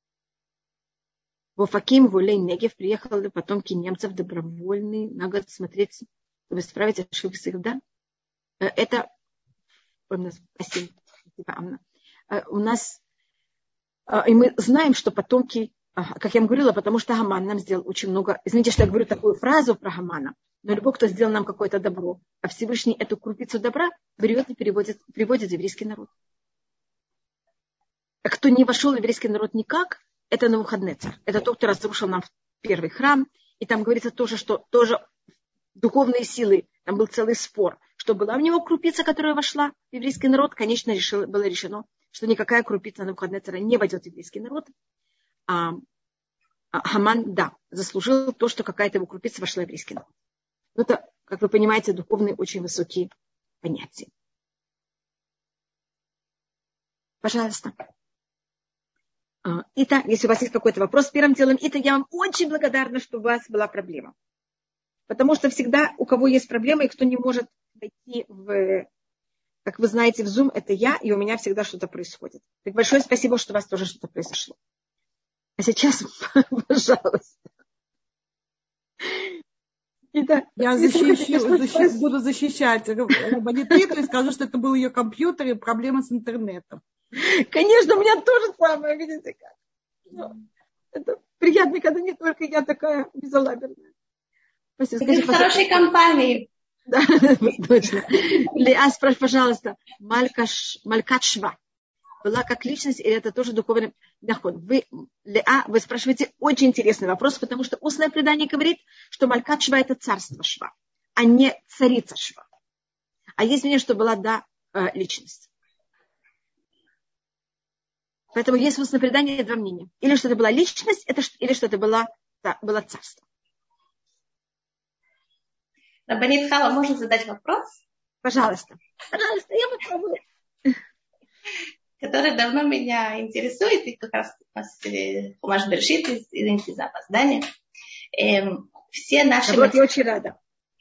В Офаким, в Улей Негев приехали потомки немцев добровольные на год смотреть, чтобы исправить ошибки своих, да? Это, спасибо, Анна. У нас, и мы знаем, что потомки, как я вам говорила, потому что Хаман нам сделал очень много, извините, что я говорю такую фразу про Хамана, но любой, кто сделал нам какое-то добро, а Всевышний эту крупицу добра берет и приводит в еврейский народ. А кто не вошел в еврейский народ никак, это Навуходнецар. Это тот, кто разрушил нам первый храм. И там говорится тоже, что тоже духовные силы, там был целый спор, что была у него крупица, которая вошла в еврейский народ. Конечно, было решено, что никакая крупица Навуходнецара не войдет в еврейский народ. Хаман, да, заслужил то, что какая-то его крупица вошла в еврейский народ. Но это, как вы понимаете, духовные очень высокие понятия. Пожалуйста. Итак, если у вас есть какой-то вопрос, первым делом, это я вам очень благодарна, что у вас была проблема. Потому что всегда у кого есть проблемы, и кто не может войти в, как вы знаете, в Zoom, это я, и у меня всегда что-то происходит. Так большое спасибо, что у вас тоже что-то произошло. А сейчас, пожалуйста. Я буду защищать Рабанит Иду и скажу, что это был ее компьютер и проблема с интернетом. Конечно, у меня тоже самое, видите как. Это приятно, когда не только я такая безалаберная. Ты в хорошей компании. Да, точно. Леа, спрашивай, пожалуйста, Малькат Шва была как личность, или это тоже духовный доход? Леа, вы спрашиваете очень интересный вопрос, потому что устное предание говорит, что Малькат Шва это царство Шва, а не царица Шва. А есть мнение, что была, личность. Поэтому есть в устном предании два мнения. Или что это была личность, или что это было царство. Рабанит Хава, можно задать вопрос? Пожалуйста, я попробую. Который давно меня интересует, и как раз Хумаш Берешит, извините за опоздание. Все наши... Я очень рада.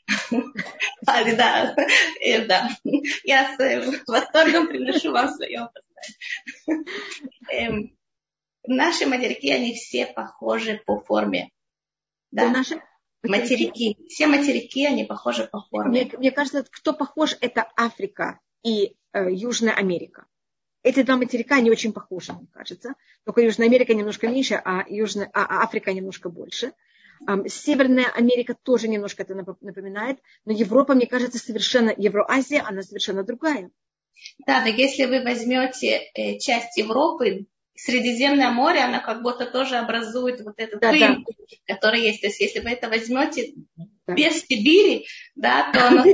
Да. Я с восторгом приношу вам свое опоздание. Наши материки, они все похожи по форме. Да? Наши материки. Все материки, они похожи по форме. Мне кажется, кто похож, это Африка и Южная Америка. Эти два материка, они очень похожи, мне кажется. Только Южная Америка немножко меньше, а Африка немножко больше. Северная Америка тоже немножко это напоминает. Но Европа, мне кажется, совершенно... Евроазия, она совершенно другая. Да, но если вы возьмете часть Европы, Средиземное море, оно как будто тоже образует вот этот пыль, который есть. То есть если вы это возьмете без Сибири, да, то оно...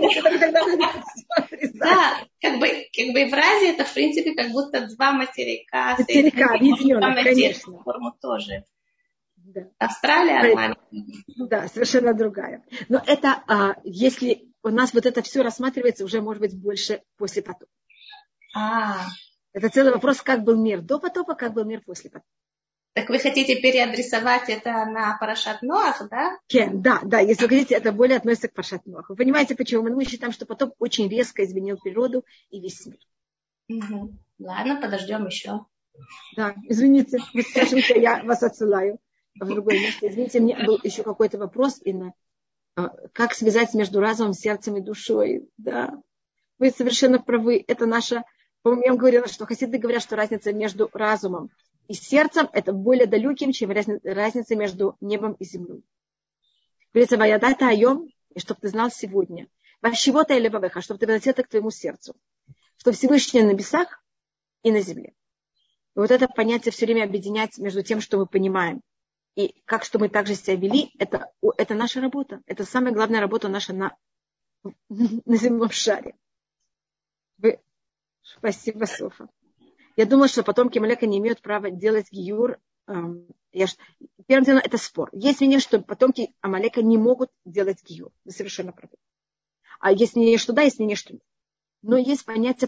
Да, как бы Евразия, это в принципе как будто два материка. Материка, объединенных, конечно. Форму тоже. Австралия, маленькая. Да, совершенно другая. Но это, если у нас вот это все рассматривается, уже может быть больше после потопа. Это целый вопрос, как был мир до потопа, как был мир после потопа. Так вы хотите переадресовать это на Парашат Ноах, да? Да, если вы хотите, это более относится к Парашат Ноах. Вы понимаете, почему? Мы считаем, что потоп очень резко изменил природу и весь мир. Угу. Ладно, подождем еще. Да, извините, вы спрашиваете, я вас отсылаю в другое место. Извините, мне был еще какой-то вопрос, Инна. Как связать между разумом, сердцем и душой? Да, вы совершенно правы. Это наша... По-моему, я вам говорила, что хасиды говорят, что разница между разумом и сердцем это более далеким, чем разница между небом и землей. Говорится, ваядата айом, и чтобы ты знал сегодня. Вашего-то или бабеха, чтобы ты возвратил это к твоему сердцу. Что Всевышний на небесах и на земле. И вот это понятие все время объединять между тем, что мы понимаем, и как что мы также себя вели, это наша работа. Это самая главная работа наша на земном шаре. Спасибо, Софа. Я думала, что потомки Амалека не имеют права делать гиюр. Первым делом это спор. Есть мнение, что потомки Амалека не могут делать гиюр. Вы совершенно правы. А есть мнение, что да, есть мнение, что нет. Но есть понятие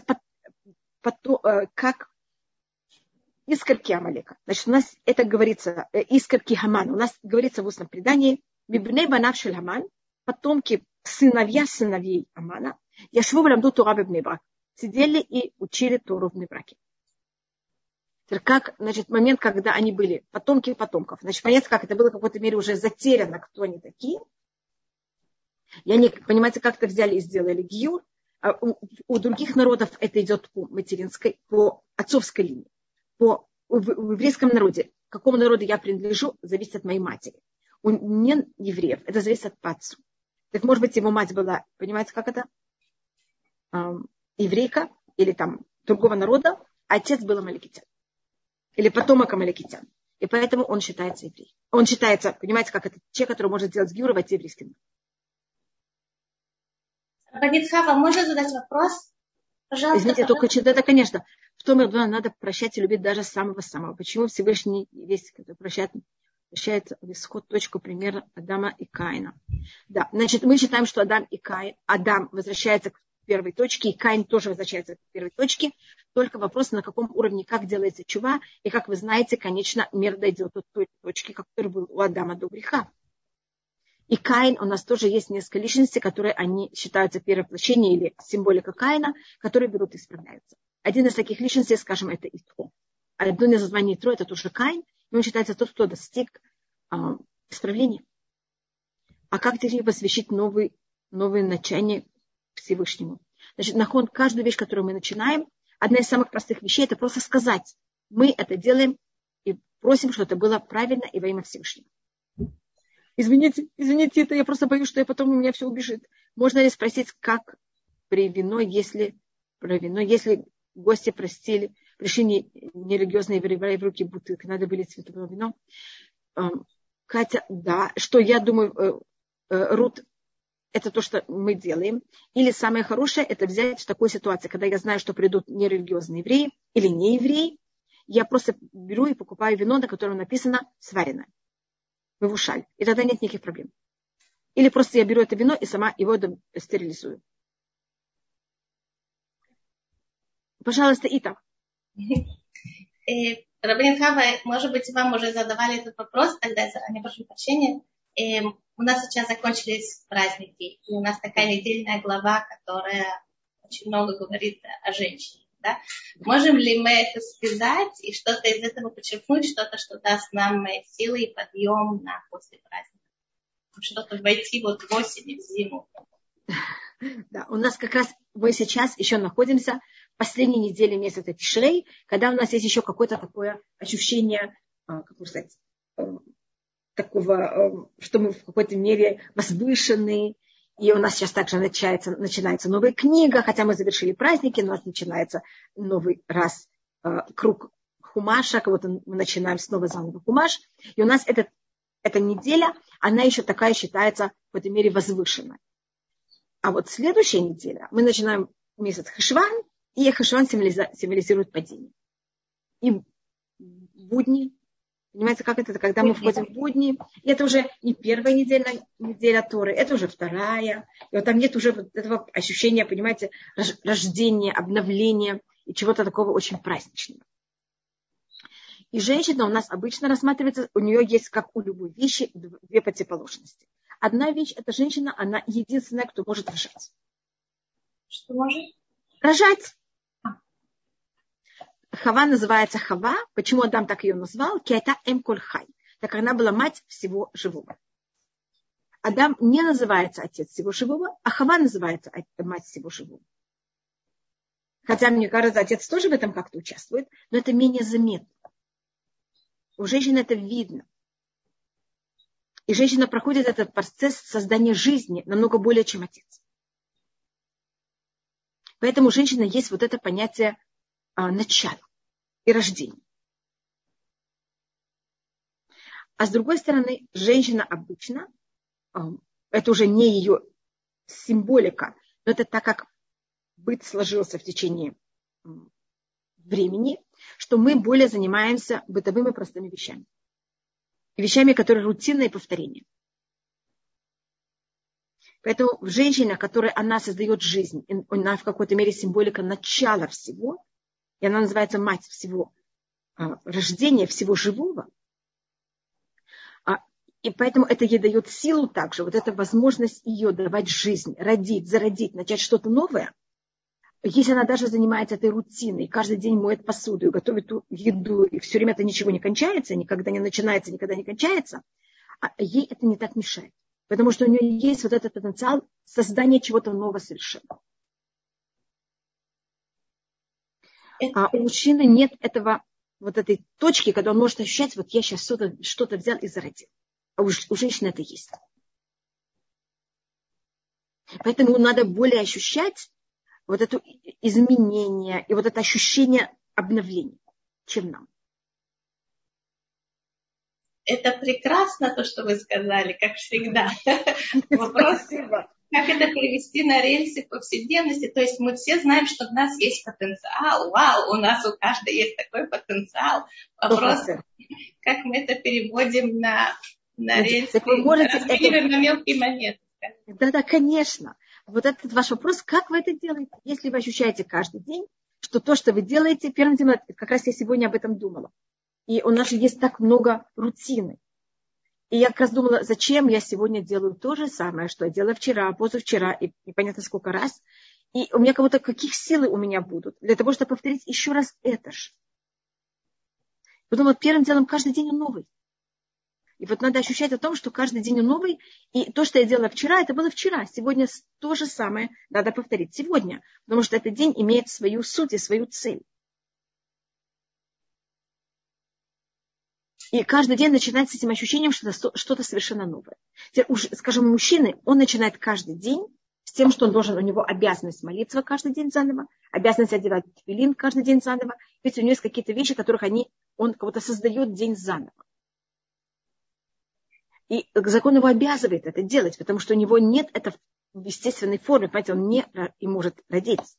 как искорки Амалека. Значит, у нас это говорится, искорки Хамана. У нас говорится в устном предании, Мибней банавшель Хаман, потомки сыновей Амана, Яшву валамду Тора бебней брак. Сидели и учили Тору в Небраке. Как, значит, момент, когда они были потомки потомков. Значит, понятно, как это было в какой-то мере уже затеряно, кто они такие. И они, понимаете, как-то взяли и сделали гиюр. А у других народов это идет по материнской, по отцовской линии. В еврейском народе, к какому народу я принадлежу, зависит от моей матери. У не евреев это зависит от отца. Так, может быть, его мать была, понимаете, как это? Еврейка или там другого народа, а отец был амалекитян. Или потомок амалекитян. И поэтому он считается евреем. Он считается, понимаете, как это человек, который может делать гиюр в еврейский народ. Рабанит Хава, можно задать вопрос? Пожалуйста. Извините, только это, конечно, в том и надо прощать и любить даже самого-самого. Почему Всевышний весь, который прощает в исход точку примера Адама и Каина. Да, значит, мы считаем, что Адам возвращается к первой точке, и Каин тоже возвращается к первой точке. Только вопрос, на каком уровне, как делается чува, и, как вы знаете, конечно, мир дойдет до той точки, которая была у Адама до греха. И Каин, у нас тоже есть несколько личностей, которые они считаются перевоплощением или символика Каина, которые берут и исправляются. Один из таких личностей, скажем, это Итро. Одно из названий Итро – это тоже Каин, и он считается тот, кто достиг исправления. А как теперь посвящить новые начания Всевышнему? Значит, нахон, каждую вещь, которую мы начинаем, одна из самых простых вещей – это просто сказать. Мы это делаем и просим, чтобы это было правильно и во имя Всевышнего. Извините, это я просто боюсь, что я потом у меня все убежит. Можно ли спросить, как при вино, если гости пришли нерелигиозные евреи в руки бутылки, надо было цветовое вино? Катя, да, что я думаю, Рут, это то, что мы делаем. Или самое хорошее, это взять в такой ситуации, когда я знаю, что придут нерелигиозные евреи или не евреи, я просто беру и покупаю вино, на котором написано сваренное. Вывушаль. И тогда нет никаких проблем. Или просто я беру это вино и сама его стерилизую. Пожалуйста, Ита. Рабанит Хава, может быть, вам уже задавали этот вопрос, тогда не прошу прощения. У нас сейчас закончились праздники, и у нас такая недельная глава, которая очень много говорит о женщине. Да? Можем ли мы это связать и что-то из этого подчеркнуть, что-то, что даст нам силы и подъем на после праздника? Что-то войти вот в осень и в зиму. Да, у нас как раз мы сейчас еще находимся в последней неделе месяца Тишрей, когда у нас есть еще какое-то такое ощущение, как можно сказать, такого, что мы в какой-то мере возвышены. И у нас сейчас также начинается новая книга, хотя мы завершили праздники, но у нас начинается новый раз круг хумаша, вот мы начинаем снова заново хумаш. И у нас эта неделя, она еще такая считается в какой-то мере возвышенной. А вот следующая неделя, мы начинаем месяц Хешван, и Хешван символизирует падение. И будни. Понимаете, как это? Когда мы входим в будни, и это уже не первая неделя Торы, это уже вторая. И вот там нет уже вот этого ощущения, понимаете, рождения, обновления и чего-то такого очень праздничного. И женщина у нас обычно рассматривается, у нее есть, как у любой вещи, две противоположности. Одна вещь, это женщина, она единственная, кто может рожать. Что может? Рожать. Хава называется Хава. Почему Адам так ее назвал? Киайта эм коль хай. Так как она была мать всего живого. Адам не называется отец всего живого, а Хава называется мать всего живого. Хотя, мне кажется, отец тоже в этом как-то участвует, но это менее заметно. У женщины это видно. И женщина проходит этот процесс создания жизни намного более, чем отец. Поэтому у женщины есть вот это понятие начала и рождения. А с другой стороны, женщина обычно, это уже не ее символика, но это так, как быт сложился в течение времени, что мы более занимаемся бытовыми простыми вещами. Вещами, которые рутинные повторения. Поэтому женщина, которая она создает жизнь, она в какой-то мере символика начала всего, и она называется мать всего рождения, всего живого. И поэтому это ей дает силу также, вот эта возможность ее давать жизнь, родить, зародить, начать что-то новое. Если она даже занимается этой рутиной, каждый день моет посуду и готовит еду, и все время это ничего не кончается, никогда не начинается, никогда не кончается, ей это не так мешает. Потому что у нее есть вот этот потенциал создания чего-то нового совершенно. А у мужчины нет вот этой точки, когда он может ощущать, вот я сейчас что-то взял и зародил. А у женщины это есть. Поэтому надо более ощущать вот это изменение и вот это ощущение обновления, чем нам. Это прекрасно, то, что вы сказали, как всегда. Вопрос, как это перевести на рельсы повседневности. То есть мы все знаем, что у нас есть потенциал. Вау, у нас у каждой есть такой потенциал. Вопрос, как мы это переводим на рельсы, на мелкие монеты. Да, конечно. Вот этот ваш вопрос, как вы это делаете? Если вы ощущаете каждый день, что то, что вы делаете, первым делом, как раз я сегодня об этом думала. И у нас же есть так много рутины. И я как раз думала, зачем я сегодня делаю то же самое, что я делала вчера, позавчера, и непонятно сколько раз. И у меня кого-то каких силы у меня будут для того, чтобы повторить еще раз это же. Подумала, первым делом каждый день он новый. И вот надо ощущать о том, что каждый день он новый. И то, что я делала вчера, это было вчера. Сегодня то же самое надо повторить сегодня. Потому что этот день имеет свою суть и свою цель. И каждый день начинать с этим ощущением, что это что-то совершенно новое. Скажем, мужчины, он начинает каждый день с тем, что он должен, у него обязанность молиться каждый день заново, обязанность одевать тфилин каждый день заново. Ведь у него есть какие-то вещи, которых он кого-то создает день заново. И закон его обязывает это делать, потому что у него нет это в естественной форме, понимаете, он не может родиться.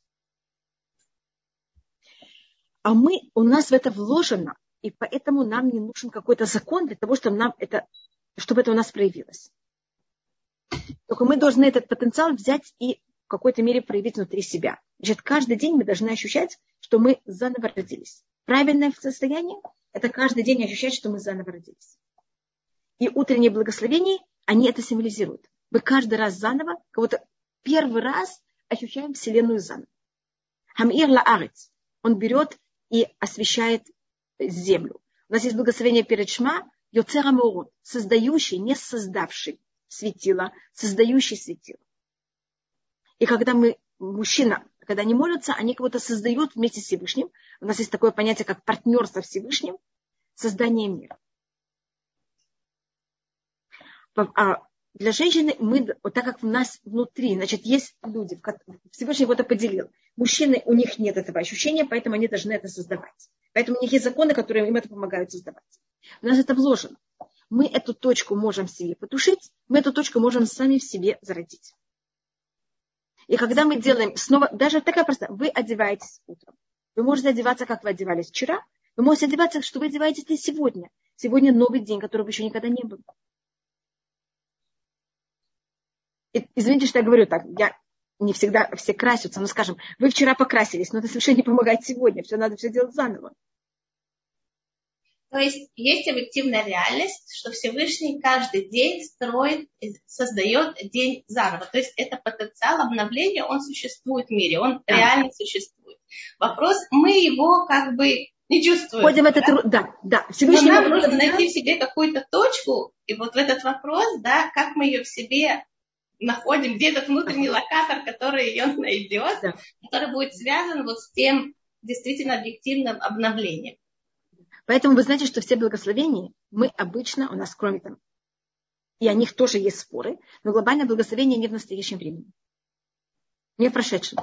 А у нас в это вложено, и поэтому нам не нужен какой-то закон для того, чтобы это у нас проявилось. Только мы должны этот потенциал взять и в какой-то мере проявить внутри себя. Значит, каждый день мы должны ощущать, что мы заново родились. Правильное состояние – это каждый день ощущать, что мы заново родились. И утренние благословения, они это символизируют. Мы каждый раз заново, кого-то первый раз ощущаем Вселенную заново. Хамир лаарец. Он берет и освещает землю. У нас есть благословение перед Шма, Йоцер Аморот, создающий, не создавший светило, создающий светило. И когда мужчина, когда они молятся, они кого-то создают вместе с Всевышним. У нас есть такое понятие, как партнерство Всевышним, создание мира. А для женщины так как в нас внутри, значит, есть люди, Всевышний кого-то поделил. Мужчины, у них нет этого ощущения, поэтому они должны это создавать. Поэтому у них есть законы, которые им это помогают создавать. У нас это вложено. Мы эту точку можем в себе потушить, мы эту точку можем сами в себе зародить. И когда мы делаем снова, даже такая простая, вы одеваетесь утром. Вы можете одеваться, как вы одевались вчера. Вы можете одеваться, что вы одеваетесь и сегодня. Сегодня новый день, которого еще никогда не было. Извините, что я говорю так. Не всегда все красятся. Но, скажем, вы вчера покрасились, но это совершенно не помогает сегодня. Надо все делать заново. То есть объективная реальность, что Всевышний каждый день строит, создает день заново. То есть это потенциал обновления, он существует в мире, он реально существует. Вопрос, мы его как бы не чувствуем. Входим в этот, да. Всевышний Но нам нужно найти в себе какую-то точку, и вот в этот вопрос, да, как мы ее в себе находим, где этот внутренний локатор, который ее найдет, который будет связан вот с тем действительно объективным обновлением. Поэтому вы знаете, что все благословения мы обычно, у нас кроме там, и о них тоже есть споры, но глобальное благословение не в настоящем времени. Не в прошедшем.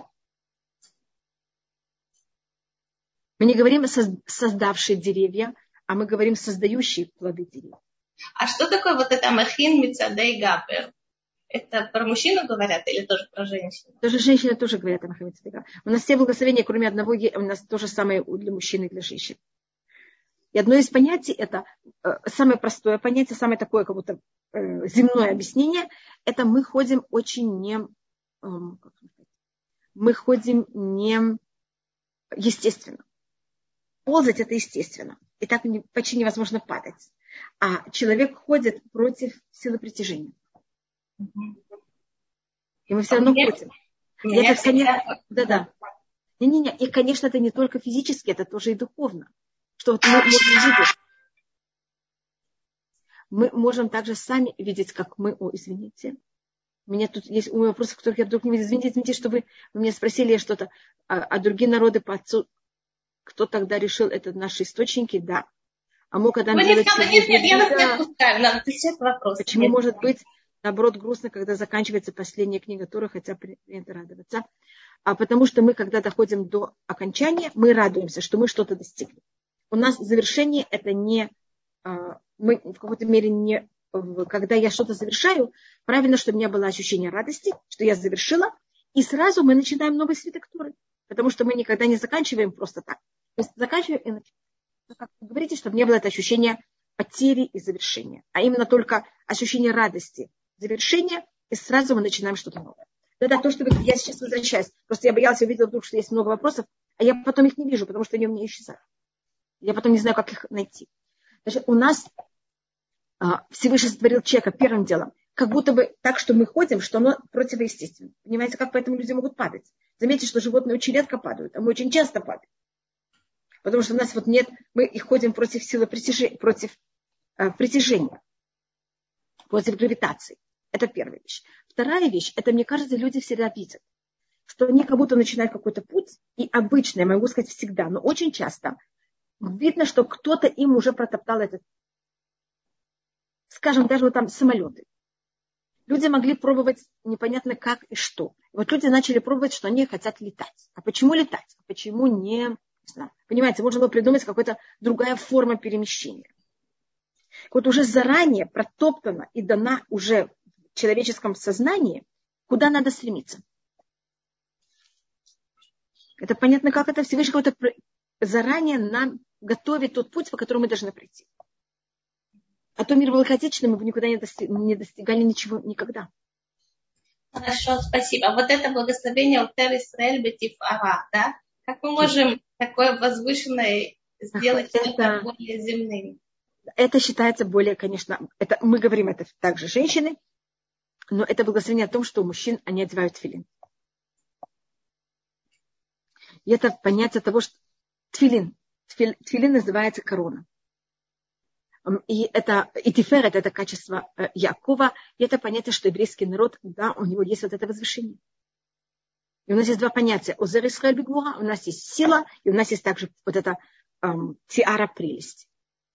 Мы не говорим создавшие деревья, а мы говорим создающие плоды деревьев. А что такое вот это махин мицадей гапер? Это про мужчину говорят или тоже про женщину? Тоже женщины тоже говорят о махин мицадей гапер. У нас все благословения, кроме одного, у нас то же самое для мужчин и для женщин. И одно из понятий, это самое простое понятие, самое такое как будто земное объяснение, это мы ходим очень не естественно. Ползать это естественно. И так почти невозможно падать. А человек ходит против силы притяжения. И мы все равно ходим. И, конечно, это не только физически, это тоже и духовно. Что вот мы можем видеть. Мы можем также сами видеть, как мы... извините. У меня тут есть вопросы, которых я вдруг не вижу. Извините, что вы меня спросили что-то. А другие народы по отцу... Кто тогда решил, это наши источники? Да. А мы когда... Нет, я вас не отпускаю. Надо отвечать вопрос. Почему может быть, наоборот, грустно, когда заканчивается последняя книга Торы, хотя принято радоваться? Потому что мы, когда доходим до окончания, мы радуемся, что мы что-то достигли. У нас завершение это не, мы в какой-то мере не, когда я что-то завершаю, правильно, чтобы у меня было ощущение радости, что я завершила, и сразу мы начинаем новый свиток Торы, потому что мы никогда не заканчиваем просто так. То есть заканчиваем и начинаем. Как вы говорите, чтобы не было это ощущение потери и завершения, а именно только ощущение радости, завершения, и сразу мы начинаем что-то новое. Это то, что я сейчас возвращаюсь. Просто я боялась, увидела вдруг, что есть много вопросов, а я потом их не вижу, потому что они у меня исчезают. Я потом не знаю, как их найти. Значит, у нас Всевышний сотворил человека первым делом, как будто бы так, что мы ходим, что оно противоестественно. Понимаете, как поэтому люди могут падать? Заметьте, что животные очень редко падают, а мы очень часто падаем. Потому что у нас вот нет, мы и ходим против силы притяжения, против гравитации. Это первая вещь. Вторая вещь, это, мне кажется, люди всегда видят, что они как будто начинают какой-то путь, и обычно, я могу сказать всегда, но очень часто видно, что кто-то им уже протоптал этот, скажем, даже вот там самолеты. Люди могли пробовать непонятно как и что. Вот люди начали пробовать, что они хотят летать. А почему летать? А почему не знаю. Понимаете, можно было придумать какая-то другая форма перемещения. Вот уже заранее протоптана и дана уже в человеческом сознании, куда надо стремиться. Это понятно, как это Всевышний какой-то заранее нам готовит тот путь, по которому мы должны пройти. А то мир был хаотичным, мы бы никуда не достигали ничего никогда. Хорошо, спасибо. Вот это благословение Алтер Исраэль Бетиф Ара, да? Как мы можем такое возвышенное сделать это более земным? Это считается более, конечно, это, мы говорим это также женщины, но это благословение о том, что у мужчин они одевают тфилин. И это понятие того, что тфилин называется корона. И тиферет, это качество Якова, и это понятие, что еврейский народ, да, у него есть вот это возвышение. И у нас есть два понятия. Озер Исраэль бигвура, у нас есть сила, и у нас есть также вот эта тиара прелести.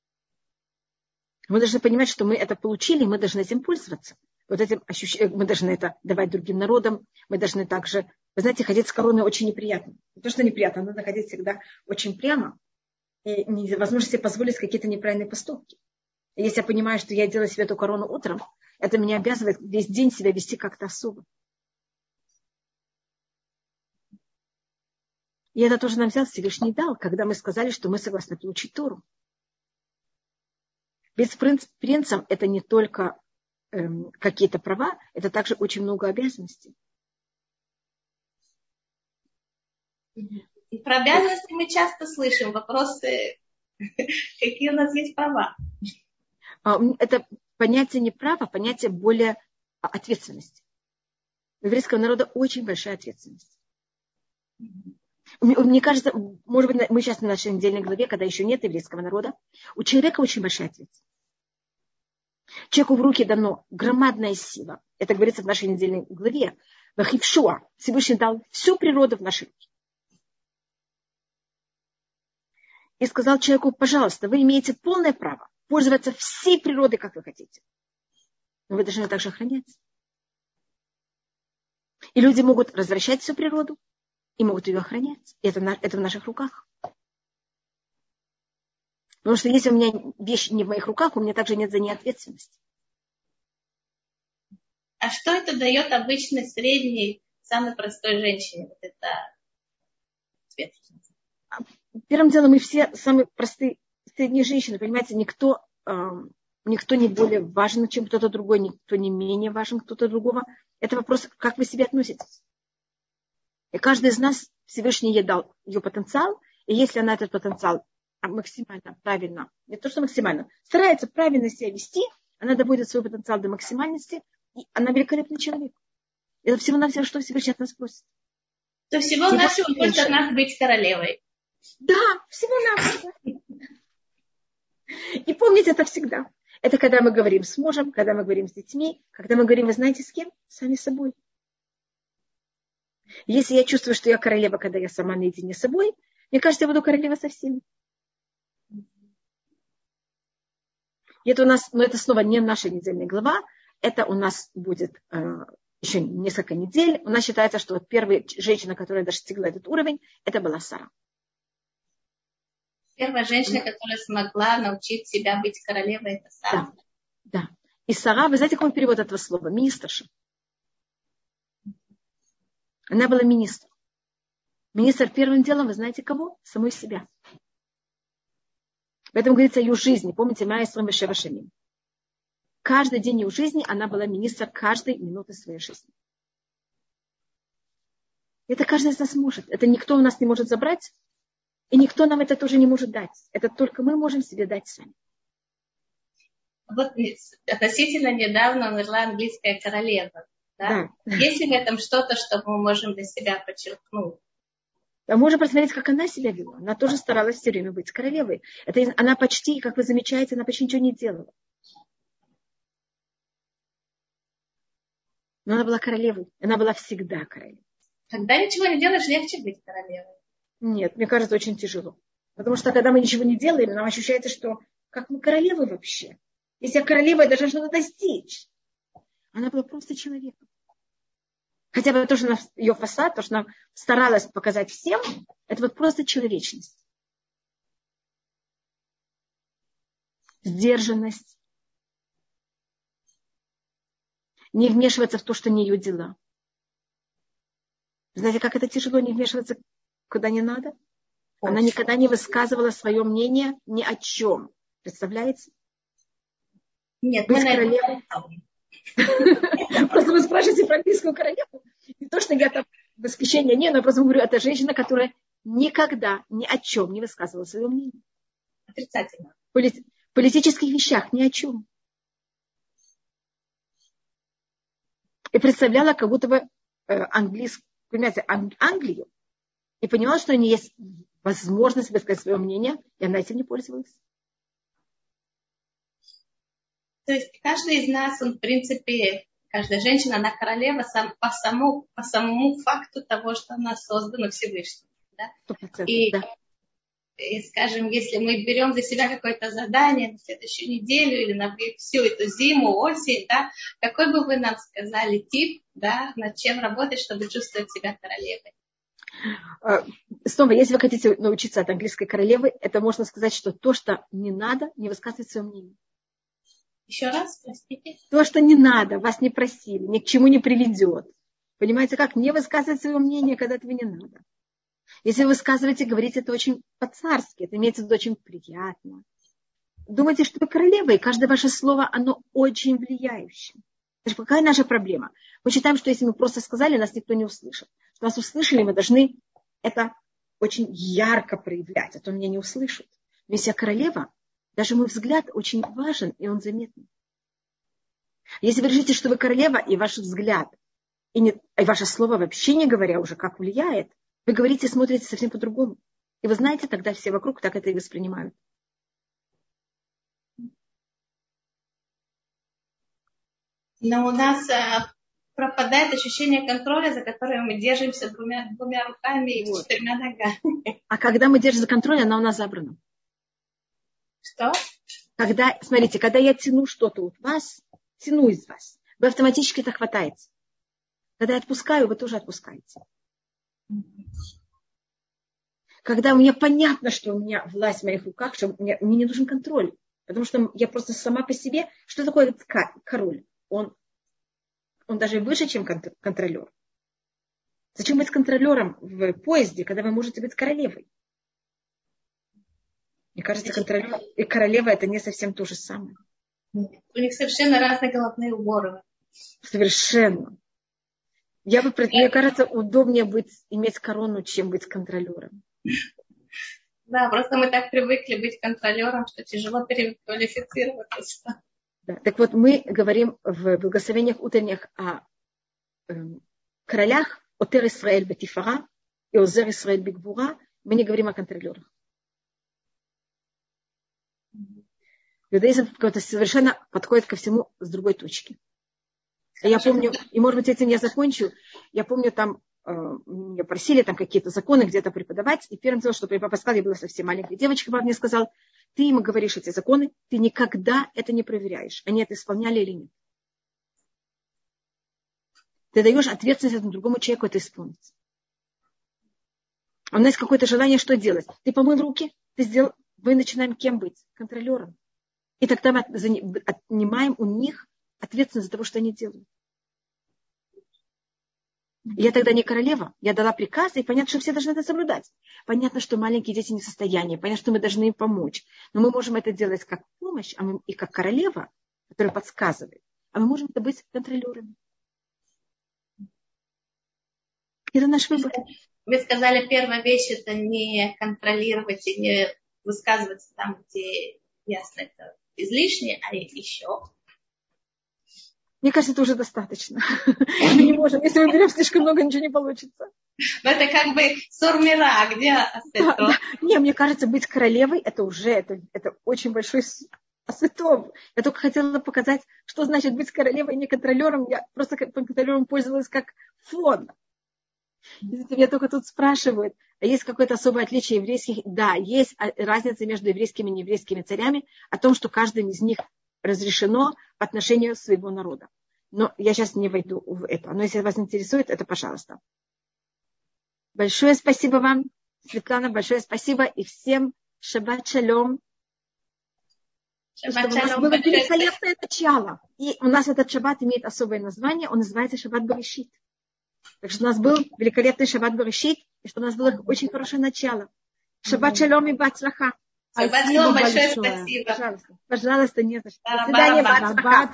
Мы должны понимать, что мы это получили, и мы должны этим пользоваться. Вот этим мы должны это давать другим народам. Мы должны также, вы знаете, ходить с короной очень неприятно. Не то, что неприятно, надо ходить всегда очень прямо. И невозможно себе позволить какие-то неправильные поступки. И если я понимаю, что я делаю себе эту корону утром, это меня обязывает весь день себя вести как-то особо. И это тоже нам взял Всевышний дал, когда мы сказали, что мы согласны получить Тору. Быть принцем это не только какие-то права, это также очень много обязанностей. И про обязанности мы часто слышим вопросы, какие у нас есть права. Это понятие не права, понятие более ответственности. У еврейского народа очень большая ответственность. Мне кажется, может быть, мы сейчас на нашей недельной главе, когда еще нет еврейского народа, у человека очень большая ответственность. Человеку в руки дано громадная сила. Это говорится в нашей недельной главе. Вахившуа. Всевышний дал всю природу в наши руки. И сказал человеку, пожалуйста, вы имеете полное право пользоваться всей природой, как вы хотите. Но вы должны также охранять. И люди могут возвращать всю природу и могут ее охранять. И это в наших руках. Потому что если у меня вещь не в моих руках, у меня также нет за ней ответственности. А что это дает обычной, средней, самой простой женщине? Вот это ответ. Первым делом мы все самые простые средние женщины. Понимаете, никто не более важен, чем кто-то другой, никто не менее важен кто-то другого. Это вопрос, как вы к себе относитесь. И каждый из нас Всевышний ей дал ее потенциал, и если она этот потенциал максимально правильно, не то что максимально, старается правильно себя вести, она доводит свой потенциал до максимальности, и она великолепный человек. Это всего-навсего, что Всевышний от нас просит. То всего-навсего просит от нас быть королевой. Да, всего-навсего. И помните это всегда. Это когда мы говорим с мужем, когда мы говорим с детьми, когда мы говорим, вы знаете, с кем? Сами собой. Если я чувствую, что я королева, когда я сама наедине с собой, мне кажется, я буду королева со всеми. И это у нас, но это снова не наша недельная глава, это у нас будет еще несколько недель. У нас считается, что вот первая женщина, которая достигла этот уровень, это была Сара. Первая женщина, которая смогла научить себя быть королевой, это Сара. Да. И Сара, вы знаете, какой перевод этого слова? Министрша. Она была министром. Министр первым делом, вы знаете кого? Самой себя. В этом говорится о ее жизни. Помните, Майя Срамбешева Шамим. Каждый день ее жизни она была министром каждой минуты своей жизни. Это каждый из нас может. Это никто у нас не может забрать. И никто нам это тоже не может дать. Это только мы можем себе дать сами. Вот относительно недавно умерла английская королева. Да? Да. Есть ли в этом что-то, что мы можем для себя подчеркнуть? А можно посмотреть, как она себя вела. Она тоже старалась все время быть королевой. Она почти, как вы замечаете, она почти ничего не делала. Но она была королевой. Она была всегда королевой. Когда ничего не делаешь, легче быть королевой. Нет, мне кажется, очень тяжело. Потому что когда мы ничего не делаем, нам ощущается, что как мы королевы вообще. Если я королева, я должна что-то достичь. Она была просто человеком. Хотя бы то, что ее фасад, то, что она старалась показать всем, это вот просто человечность. Сдержанность. Не вмешиваться в то, что не ее дела. Знаете, как это тяжело не вмешиваться, куда не надо? Она никогда не высказывала свое мнение ни о чем. Представляете? Нет, быть королевой. Просто вы спрашиваете про английскую королеву. Не то, что я там восхищения нет, но я просто говорю, это женщина, которая никогда ни о чем не высказывала свое мнение. Отрицательно. В политических вещах ни о чем. И представляла, как будто бы Англию. И поняла, что у нее есть возможность высказать свое мнение, и она этим не пользовалась. То есть каждый из нас, он, в принципе, каждая женщина, она королева по самому факту того, что она создана Всевышним. Да? 100%, да. И, скажем, если мы берем для себя какое-то задание на следующую неделю или на всю эту зиму, осень, да, какой бы вы нам сказали тип, да, над чем работать, чтобы чувствовать себя королевой? Снова, если вы хотите научиться от английской королевы, это можно сказать, что то, что не надо, не высказывать свое мнение. Еще раз, простите. То, что не надо, вас не просили, ни к чему не приведет. Понимаете, как? Не высказывать свое мнение, когда этого не надо. Если вы высказываете, говорите это очень по-царски, это имеется в виду очень приятно. Думайте, что вы королева, и каждое ваше слово, оно очень влияющее. Какая наша проблема? Мы считаем, что если мы просто сказали, нас никто не услышит. Что нас услышали, мы должны это очень ярко проявлять, а то меня не услышат. Но если я королева, даже мой взгляд очень важен, и он заметный. Если вы решите, что вы королева, и ваш взгляд, и ваше слово вообще не говоря уже, как влияет, вы говорите и смотрите совсем по-другому. И вы знаете, тогда все вокруг так это и воспринимают. Но у нас пропадает ощущение контроля, за которое мы держимся двумя руками и 4 ногами. А когда мы держим за контроль, она у нас забрана. Что? Смотрите, когда я тяну что-то от вас, тяну из вас, вы автоматически это хватаете. Когда я отпускаю, вы тоже отпускаете. Когда мне понятно, что у меня власть в моих руках, что мне не нужен контроль. Потому что я просто сама по себе... Что такое король? Он даже выше, чем контролер. Зачем быть контролером в поезде, когда вы можете быть королевой? Мне кажется, контролер и королева это не совсем то же самое. У них совершенно разные головные уборы. Совершенно. Мне кажется, удобнее иметь корону, чем быть контролером. Да, просто мы так привыкли быть контролером, что тяжело переквалифицироваться. Да. Так вот, мы говорим в благословениях утренних о королях, Отер Исраэль Бетифара и Озер Исраэль Бигвура. Мы не говорим о контролерах. Иудаизм совершенно подходит ко всему с другой точки. Я помню, и может быть этим я закончу, я помню там, меня просили там какие-то законы где-то преподавать, и первым делом, что папа сказал, я была совсем маленькой девочкой, папа мне сказал, ты ему говоришь эти законы, ты никогда это не проверяешь, они это исполняли или нет. Ты даешь ответственность этому другому человеку это исполнить. У нас есть какое-то желание, что делать. Ты помыл руки, мы начинаем кем быть? Контролером. И тогда мы отнимаем у них ответственность за того, что они делают. Я тогда не королева, я дала приказ, и понятно, что все должны это соблюдать. Понятно, что маленькие дети не в состоянии, понятно, что мы должны им помочь. Но мы можем это делать как помощь, и как королева, которая подсказывает. А мы можем это быть контролерами. Это наш выбор. Вы сказали, первая вещь это не контролировать и не высказываться там, где ясно это излишне, а еще. Мне кажется, это уже достаточно. Мы не можем. Если мы берем слишком много, ничего не получится. Но это как бы сурмира, где асетов. Не, мне кажется, быть королевой, это уже, это очень большой асетов. Я только хотела показать, что значит быть королевой, не контролером. Я просто контролером пользовалась как фон. Меня только тут спрашивают, а есть какое-то особое отличие еврейских? Да, есть разница между еврейскими и нееврейскими царями о том, что каждым из них разрешено по отношению своего народа. Но я сейчас не войду в это. Но если вас интересует, это пожалуйста. Большое спасибо вам, Светлана, большое спасибо. И всем шаббат шалом. Чтобы у нас было великолепное начало. И у нас этот шаббат имеет особое название. Он называется шаббат Берешит. Так что у нас был великолепный шаббат Берешит. И что у нас было очень хорошее начало. Шаббат шалом и бацлаха. Спасибо большое, спасибо. Пожалуйста, пожалуйста, не за что. До свидания, Шаббат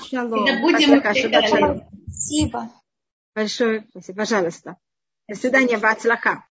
шалом. Спасибо. Большое спасибо, пожалуйста. До свидания, бацлаха.